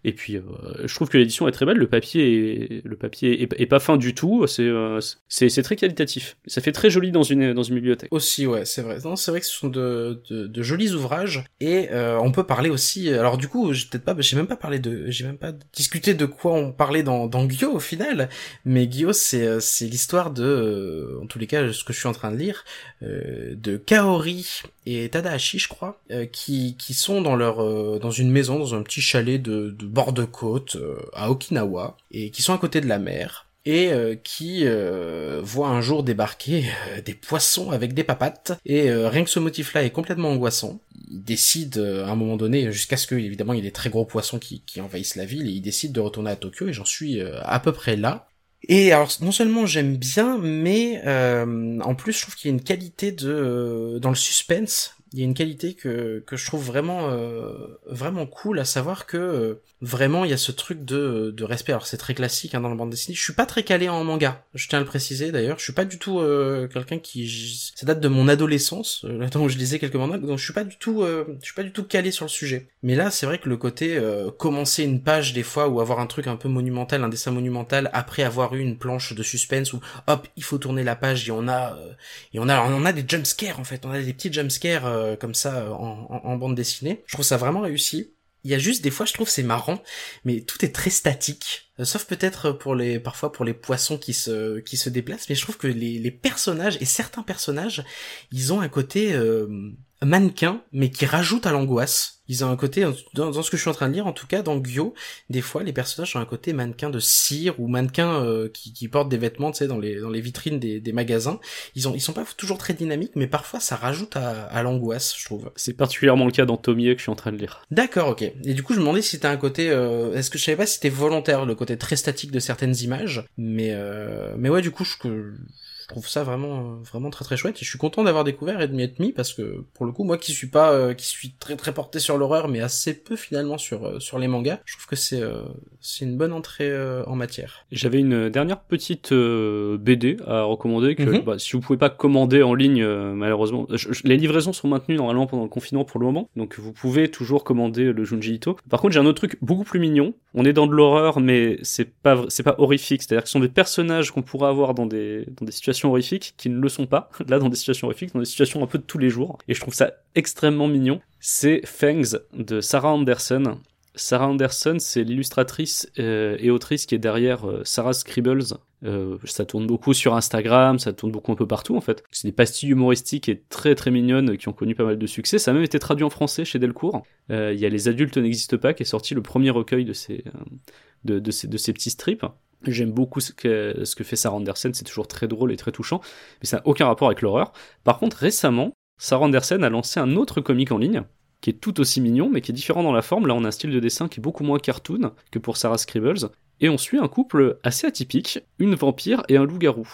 Et puis, euh, je trouve que l'édition est très belle. Le papier est, le papier est, est pas fin du tout. C'est, euh, c'est, c'est très qualitatif. Ça fait très joli dans une, dans une bibliothèque. Aussi, ouais, c'est vrai. Non, c'est vrai que ce sont de, de, de jolis ouvrages. Et euh, on peut parler aussi. Alors du coup, j'ai peut-être pas, j'ai même pas parlé de, j'ai même pas discuté de quoi on parlait dans, dans Gyo au final. Mais Gyo, c'est, c'est l'histoire de, euh, en tous les cas, ce que je suis en train de lire, euh, de Kaori et Tadahashi, je crois, euh, qui, qui sont dans leur, euh, dans une maison, dans un petit chalet de, de bord de côte euh, à Okinawa, et qui sont à côté de la mer. Et euh, qui euh, voit un jour débarquer euh, des poissons avec des papates, et euh, rien que ce motif-là est complètement angoissant. Il décide euh, à un moment donné, jusqu'à ce que évidemment il y ait des très gros poissons qui, qui envahissent la ville, et il décide de retourner à Tokyo, et j'en suis euh, à peu près là. Et alors non seulement j'aime bien, mais euh, en plus je trouve qu'il y a une qualité de euh, dans le suspense. Il y a une qualité que que je trouve vraiment euh, vraiment cool, à savoir que euh, vraiment il y a ce truc de de respect. Alors c'est très classique hein, dans la bande dessinée. Je suis pas très calé en manga, je tiens à le préciser d'ailleurs. Je suis pas du tout euh, quelqu'un qui, ça date de mon adolescence, euh, le temps où je lisais quelques mangas, donc je suis pas du tout euh, je suis pas du tout calé sur le sujet. Mais là c'est vrai que le côté euh, commencer une page des fois, ou avoir un truc un peu monumental, un dessin monumental, après avoir eu une planche de suspense où hop il faut tourner la page, et on a euh, et on a on a des jumpscares en fait, on a des petits jumpscares euh, comme ça en, en, en bande dessinée. Je trouve ça vraiment réussi. Il y a juste des fois, je trouve c'est marrant, mais tout est très statique, euh, sauf peut-être pour les parfois pour les poissons qui se qui se déplacent. Mais je trouve que les les personnages, et certains personnages, ils ont un côté euh, mannequin, mais qui rajoute à l'angoisse. Ils ont un côté, dans, dans ce que je suis en train de lire, en tout cas dans Gyo, des fois les personnages ont un côté mannequin de cire, ou mannequin euh, qui, qui portent des vêtements, tu sais, dans les dans les vitrines des, des magasins. Ils ont ils sont pas toujours très dynamiques, mais parfois ça rajoute à, à l'angoisse, je trouve. C'est particulièrement le cas dans Tomie que je suis en train de lire. D'accord, ok. Et du coup je me demandais si c'était un côté, euh, est-ce que je savais pas si c'était volontaire, le côté très statique de certaines images, mais euh, mais ouais, du coup je que je trouve ça vraiment vraiment très très chouette, et je suis content d'avoir découvert et de m'y être mis, parce que pour le coup moi qui suis pas euh, qui suis très très porté sur l'horreur, mais assez peu finalement sur euh, sur les mangas, je trouve que c'est euh, c'est une bonne entrée euh, en matière. J'avais une dernière petite euh, B D à recommander que Mm-hmm. bah, si vous pouvez pas commander en ligne, euh, malheureusement je, je, les livraisons sont maintenues normalement pendant le confinement pour le moment, donc vous pouvez toujours commander le Junji Ito. Par contre j'ai un autre truc beaucoup plus mignon. On est dans de l'horreur, mais c'est pas c'est pas horrifique, c'est-à-dire que ce sont des personnages qu'on pourrait avoir dans des dans des situations horrifiques qui ne le sont pas, là dans des situations horrifiques, dans des situations un peu de tous les jours, et je trouve ça extrêmement mignon. C'est Fangs de Sarah Anderson. Sarah Anderson, c'est l'illustratrice euh, et autrice qui est derrière euh, Sarah Scribbles. Euh, ça tourne beaucoup sur Instagram, ça tourne beaucoup un peu partout en fait. C'est des pastilles humoristiques et très très mignonnes qui ont connu pas mal de succès. Ça a même été traduit en français chez Delcourt. Il euh, y a Les Adultes n'existent pas qui est sorti, le premier recueil de ces, euh, de, de, ces, de ces petits strips. J'aime beaucoup ce que, ce que fait Sarah Anderson, c'est toujours très drôle et très touchant, mais ça n'a aucun rapport avec l'horreur. Par contre, récemment, Sarah Anderson a lancé un autre comic en ligne, qui est tout aussi mignon, mais qui est différent dans la forme. Là, on a un style de dessin qui est beaucoup moins cartoon que pour Sarah Scribbles, et on suit un couple assez atypique, une vampire et un loup-garou.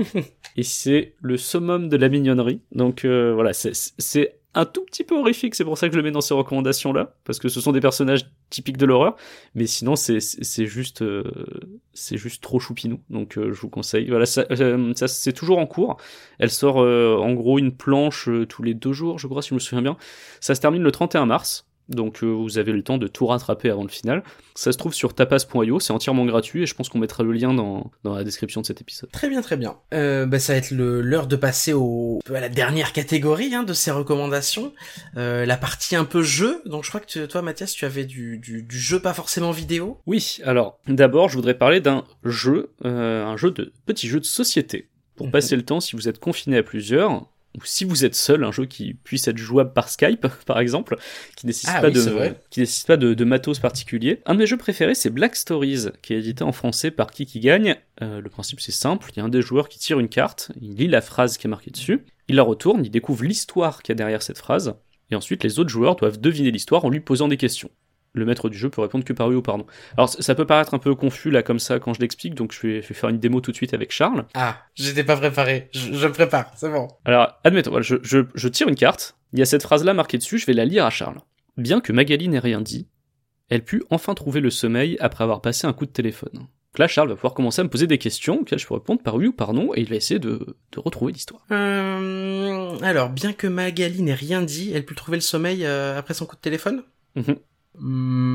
Et c'est le summum de la mignonnerie, donc euh, voilà, c'est... c'est un tout petit peu horrifique, c'est pour ça que je le mets dans ces recommandations-là, parce que ce sont des personnages typiques de l'horreur, mais sinon c'est c'est juste euh, c'est juste trop choupinou, donc euh, je vous conseille. Voilà, ça, euh, ça c'est toujours en cours. Elle sort euh, en gros une planche euh, tous les deux jours, je crois, si je me souviens bien. Ça se termine le trente et un mars. Donc euh, vous avez le temps de tout rattraper avant le final. Ça se trouve sur tapas point io, c'est entièrement gratuit, et je pense qu'on mettra le lien dans, dans la description de cet épisode. Très bien, très bien. Euh, bah, ça va être le, l'heure de passer au, à la dernière catégorie hein, de ces recommandations, euh, la partie un peu jeu. Donc je crois que tu, toi Mathias, tu avais du, du, du jeu pas forcément vidéo. Oui, alors d'abord je voudrais parler d'un jeu, euh, un jeu de petit jeu de société, pour mmh. passer le temps si vous êtes confiné à plusieurs, ou si vous êtes seul, un jeu qui puisse être jouable par Skype, par exemple, qui nécessite ah, pas oui, de, qui nécessite pas de, de matos particulier. Un de mes jeux préférés, c'est Black Stories, qui est édité en français par Qui qui gagne. Euh, le principe, c'est simple. Il y a un des joueurs qui tire une carte, il lit la phrase qui est marquée dessus, il la retourne, il découvre l'histoire qu'il y a derrière cette phrase, et ensuite les autres joueurs doivent deviner l'histoire en lui posant des questions. Le maître du jeu peut répondre que par oui ou par non. Alors ça peut paraître un peu confus là comme ça quand je l'explique, donc je vais, je vais faire une démo tout de suite avec Charles. Ah, j'étais pas préparé, je, je me prépare, c'est bon. Alors admettons, voilà, je, je, je tire une carte, il y a cette phrase là marquée dessus, je vais la lire à Charles. Bien que Magali n'ait rien dit, elle put enfin trouver le sommeil après avoir passé un coup de téléphone. Donc là Charles va pouvoir commencer à me poser des questions auxquelles je peux répondre par oui ou par non, et il va essayer de, de retrouver l'histoire. Euh, alors, bien que Magali n'ait rien dit, elle put trouver le sommeil euh, après son coup de téléphone. mm-hmm. Hum,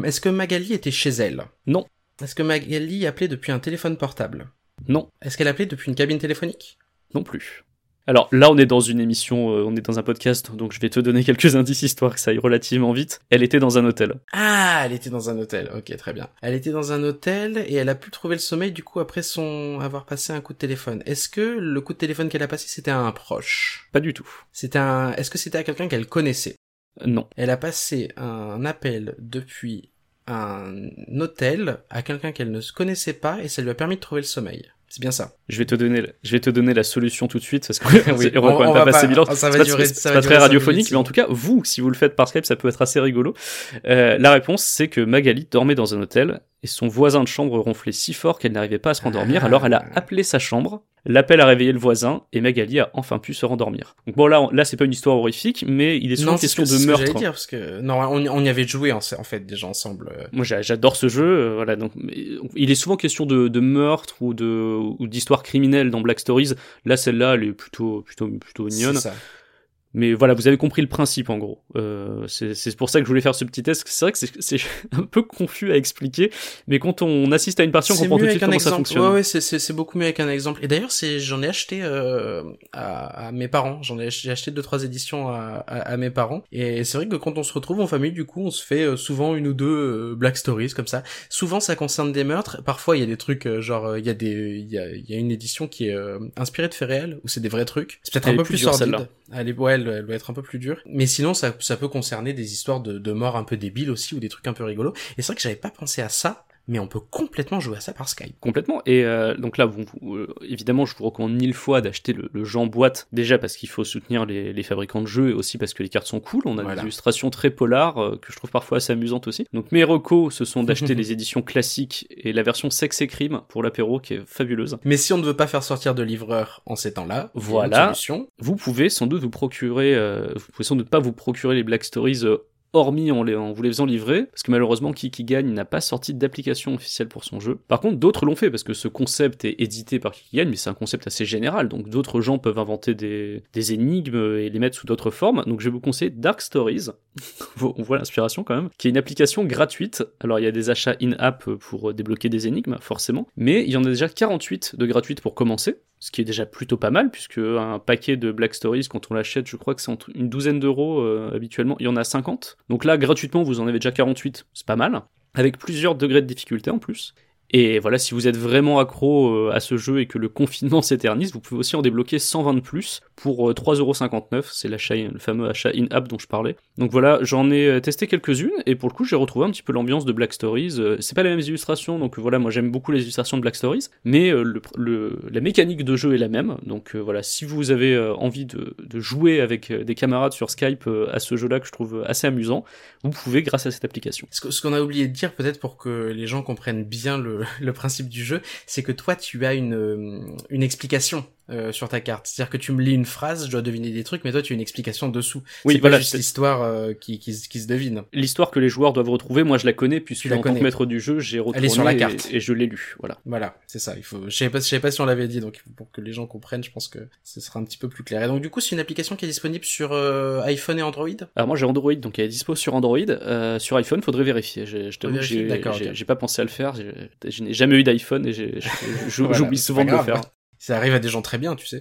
est-ce que Magali était chez elle? Non. Est-ce que Magali appelait depuis un téléphone portable? Non. Est-ce qu'elle appelait depuis une cabine téléphonique? Non plus. Alors là, on est dans une émission, euh, on est dans un podcast, donc je vais te donner quelques indices histoire que ça aille relativement vite. Elle était dans un hôtel. Ah, elle était dans un hôtel. Ok, très bien. Elle était dans un hôtel et elle a pu trouver le sommeil du coup après son avoir passé un coup de téléphone. Est-ce que le coup de téléphone qu'elle a passé c'était à un proche? Pas du tout. C'était un. Est-ce que c'était à quelqu'un qu'elle connaissait? Euh, non. Elle a passé un appel depuis un hôtel à quelqu'un qu'elle ne connaissait pas et ça lui a permis de trouver le sommeil. C'est bien ça. Je vais te donner, je vais te donner la solution tout de suite parce que oui, on, on va pas passer mille ans. Ça va c'est durer, pas, ça c'est va pas durer très radiophonique, minutes, mais en tout cas, vous, si vous le faites par Skype, ça peut être assez rigolo. Euh, la réponse, c'est que Magali dormait dans un hôtel et son voisin de chambre ronflait si fort qu'elle n'arrivait pas à se rendormir. Ah. Alors, elle a appelé sa chambre. L'appel a réveillé le voisin et Magali a enfin pu se rendormir. Donc bon, là, on, là, c'est pas une histoire horrifique, mais il est souvent non, question c'est ce de que, meurtre. C'est ce que j'allais dire parce que non, on, on y avait joué en, en fait déjà ensemble. Moi, j'adore ce jeu. Euh, voilà, donc il est souvent question de, de meurtre ou de ou d'histoire criminelle dans Black Stories. Là, celle-là, elle est plutôt plutôt plutôt mignonne. C'est ça. Mais voilà, vous avez compris le principe en gros. Euh, c'est, c'est pour ça que je voulais faire ce petit test. C'est vrai que c'est, c'est un peu confus à expliquer, mais quand on assiste à une partie, on comprend tout de suite comment exemple. ça fonctionne. Ouais, ouais, c'est, c'est, c'est beaucoup mieux avec un exemple. Et d'ailleurs, c'est, j'en ai acheté euh, à, à mes parents. J'en ai, j'ai acheté deux trois éditions à, à, à mes parents. Et c'est vrai que quand on se retrouve en famille, du coup, on se fait euh, souvent une ou deux euh, Black Stories comme ça. Souvent, ça concerne des meurtres. Parfois, il y a des trucs euh, genre, il y a des, il y a, il y a une édition qui est euh, inspirée de faits réels où c'est des vrais trucs. C'est peut-être Elle un est peu plus plus dure, sordide. celle-là. Elle est, ouais, elle, elle doit être un peu plus dure. Mais sinon, ça, ça peut concerner des histoires de, de morts un peu débiles aussi ou des trucs un peu rigolos. Et c'est vrai que j'avais pas pensé à ça, mais on peut complètement jouer à ça par Skype. Complètement. Et euh, donc là, vous, vous, euh, évidemment, je vous recommande mille fois d'acheter le, le jeu en boîte. Déjà parce qu'il faut soutenir les, les fabricants de jeux et aussi parce que les cartes sont cool. On a Voilà. des illustrations très polars euh, que je trouve parfois assez amusantes aussi. Donc mes recos, ce sont d'acheter les éditions classiques et la version Sexe et Crime pour l'apéro qui est fabuleuse. Mais si on ne veut pas faire sortir de livreur en ces temps-là, voilà. il y a une solution. Vous pouvez sans doute vous procurer, euh, vous pouvez sans doute pas vous procurer les Black Stories. Euh, hormis en, les, en vous les faisant livrer, parce que malheureusement Kiki Gagne n'a pas sorti d'application officielle pour son jeu. Par contre, d'autres l'ont fait, parce que ce concept est édité par Kiki Gagne, mais c'est un concept assez général, donc d'autres gens peuvent inventer des, des énigmes et les mettre sous d'autres formes. Donc je vais vous conseiller Dark Stories, on voit l'inspiration quand même, qui est une application gratuite. Alors il y a des achats in-app pour débloquer des énigmes, forcément, mais il y en a déjà quarante-huit de gratuites pour commencer, ce qui est déjà plutôt pas mal, puisque un paquet de Black Stories, quand on l'achète, je crois que c'est entre une douzaine d'euros euh, habituellement, il y en a cinquante. Donc là, gratuitement, vous en avez déjà quarante-huit, c'est pas mal, avec plusieurs degrés de difficulté en plus. Et voilà, si vous êtes vraiment accro euh, à ce jeu et que le confinement s'éternise, vous pouvez aussi en débloquer cent vingt de plus pour euh, trois euros cinquante-neuf, c'est l'achat, le fameux achat in-app dont je parlais. Donc voilà, j'en ai testé quelques-unes, et pour le coup j'ai retrouvé un petit peu l'ambiance de Black Stories. Euh, c'est pas les mêmes illustrations, donc voilà, moi j'aime beaucoup les illustrations de Black Stories, mais euh, le, le, la mécanique de jeu est la même, donc euh, voilà, si vous avez euh, envie de, de jouer avec euh, des camarades sur Skype euh, à ce jeu-là que je trouve assez amusant, vous pouvez grâce à cette application. Ce, que, ce qu'on a oublié de dire peut-être pour que les gens comprennent bien le, le principe du jeu, c'est que toi tu as une, une explication euh, sur ta carte. C'est-à-dire que tu me lis une phrase, je dois deviner des trucs, mais toi tu as une explication dessous. Oui, c'est voilà, pas juste c'est... l'histoire euh, qui, qui, qui se devine. L'histoire que les joueurs doivent retrouver, moi je la connais, puisque la en connais. tant que maître du jeu, j'ai retourné sur la carte. Et, et je l'ai lu. Voilà. Voilà, c'est ça. Il faut. Je savais pas, je savais pas si on l'avait dit, donc pour que les gens comprennent, je pense que ce sera un petit peu plus clair. Et donc du coup, c'est une application qui est disponible sur euh, iPhone et Android. Alors moi j'ai Android, donc elle est dispo sur Android. Euh, sur iPhone, faudrait vérifier. J'ai, je t'avoue que j'ai, D'accord, j'ai, okay. j'ai pas pensé à le faire. J'ai, je n'ai jamais eu d'iPhone et j'ai, j'ai, voilà, j'oublie souvent de le faire. Ça arrive à des gens très bien, tu sais.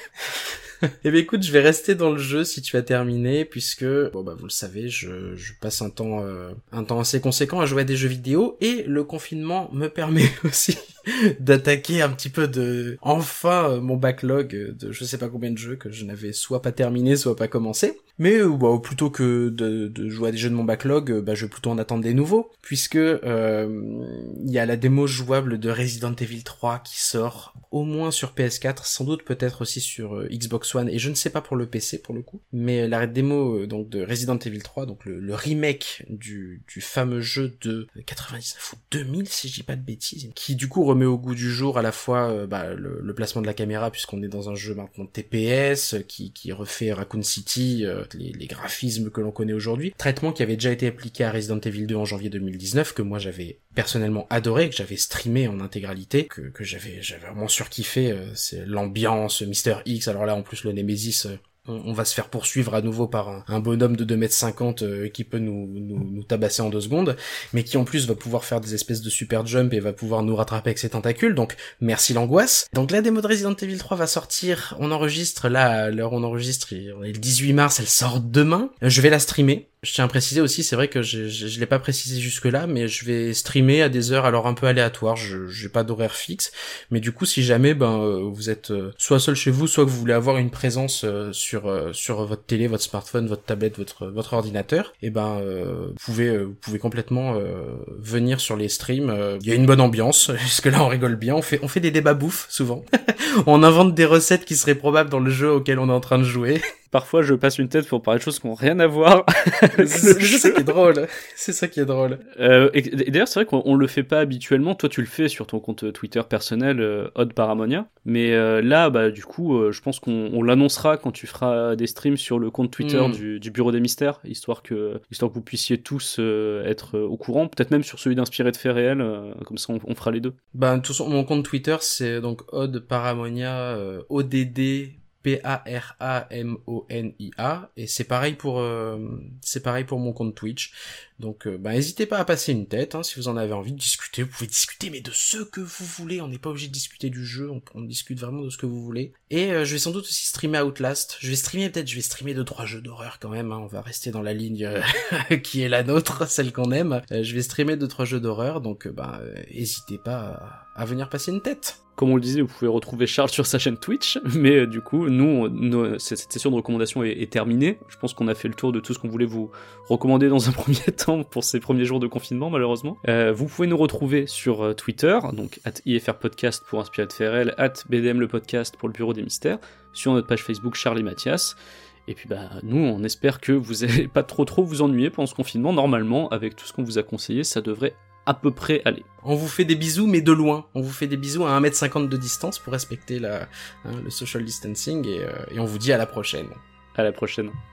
Eh bien écoute, je vais rester dans le jeu si tu as terminé, puisque bon bah vous le savez, je, je passe un temps euh, un temps assez conséquent à jouer à des jeux vidéo, et le confinement me permet aussi d'attaquer un petit peu de enfin euh, mon backlog de je sais pas combien de jeux que je n'avais soit pas terminé, soit pas commencé. Mais euh, bah, plutôt que de, de jouer à des jeux de mon backlog, euh, bah je vais plutôt en attendre des nouveaux, puisque euh, il y a la démo jouable de Resident Evil trois qui sort au moins sur P S quatre, sans doute peut-être aussi sur euh, Xbox One, et je ne sais pas pour le P C pour le coup, mais la démo euh, donc de Resident Evil trois, donc le, le remake du, du fameux jeu de quatre-vingt-dix-neuf ou deux mille si je dis pas de bêtises, qui du coup remet au goût du jour à la fois euh, bah, le, le placement de la caméra, puisqu'on est dans un jeu maintenant T P S, qui, qui refait Raccoon City, euh, les, les graphismes que l'on connaît aujourd'hui, traitement qui avait déjà été appliqué à Resident Evil deux en janvier deux mille dix-neuf, que moi j'avais personnellement adoré, que j'avais streamé en intégralité, que, que j'avais, j'avais vraiment surkiffé, euh, c'est l'ambiance, Mister X, alors là en plus le Nemesis, euh, on, on va se faire poursuivre à nouveau par un, un bonhomme de deux mètres cinquante euh, qui peut nous, nous, nous tabasser en deux secondes, mais qui en plus va pouvoir faire des espèces de super jump et va pouvoir nous rattraper avec ses tentacules, donc merci l'angoisse. Donc la démo de Resident Evil trois va sortir, on enregistre là, à l'heure où on enregistre, on est le dix-huit mars, elle sort demain, je vais la streamer. Je tiens à préciser aussi, c'est vrai que je, je, je l'ai pas précisé jusque-là, mais je vais streamer à des heures alors un peu aléatoires, je j'ai pas d'horaire fixe, mais du coup si jamais ben euh, vous êtes euh, soit seul chez vous, soit que vous voulez avoir une présence euh, sur euh, sur votre télé, votre smartphone, votre tablette, votre votre ordinateur, et ben euh, vous pouvez euh, vous pouvez complètement euh, venir sur les streams, euh, il y a une bonne ambiance, parce que là on rigole bien, on fait on fait des débats bouffe souvent. On invente des recettes qui seraient probables dans le jeu auquel on est en train de jouer. Parfois, je passe une tête pour parler de choses qui n'ont rien à voir. C'est ça qui est drôle. C'est ça qui est drôle. Euh, et, et d'ailleurs, c'est vrai qu'on on le fait pas habituellement. Toi, tu le fais sur ton compte Twitter personnel, euh, Odd Paramonia. Mais euh, là, bah, du coup, euh, je pense qu'on on l'annoncera quand tu feras des streams sur le compte Twitter mm. du, du Bureau des Mystères, histoire que, histoire que vous puissiez tous euh, être euh, au courant. Peut-être même sur celui d'Inspiré de faits réels. Euh, comme ça, on, on fera les deux. Ben, de toute façon, mon compte Twitter, c'est donc Odd Paramonia, euh, O D D P A R A M O N I A, et c'est pareil pour euh, c'est pareil pour mon compte Twitch. Donc euh, bah n'hésitez pas à passer une tête, hein, si vous en avez envie de discuter, vous pouvez discuter mais de ce que vous voulez, on n'est pas obligé de discuter du jeu, on, on discute vraiment de ce que vous voulez. Et euh, je vais sans doute aussi streamer Outlast, je vais streamer peut-être, je vais streamer deux trois jeux d'horreur quand même, hein, on va rester dans la ligne euh, qui est la nôtre, celle qu'on aime. Euh, je vais streamer deux trois jeux d'horreur, donc euh, bah euh, n'hésitez pas à, à venir passer une tête. Comme on le disait, vous pouvez retrouver Charles sur sa chaîne Twitch, mais euh, du coup, nous, on, nous, cette session de recommandation est, est terminée. Je pense qu'on a fait le tour de tout ce qu'on voulait vous recommander dans un premier temps pour ces premiers jours de confinement, malheureusement. Euh, vous pouvez nous retrouver sur euh, Twitter, donc at I F R Podcast pour Inspiré de faits réels, at B D M le podcast pour le Bureau des Mystères, sur notre page Facebook Charles et Mathias. Et puis bah nous, on espère que vous n'allez pas trop trop vous ennuyer pendant ce confinement. Normalement, avec tout ce qu'on vous a conseillé, ça devrait à peu près aller. On vous fait des bisous, mais de loin. On vous fait des bisous à un mètre cinquante de distance pour respecter la, hein, le social distancing, et, euh, et on vous dit à la prochaine. À la prochaine.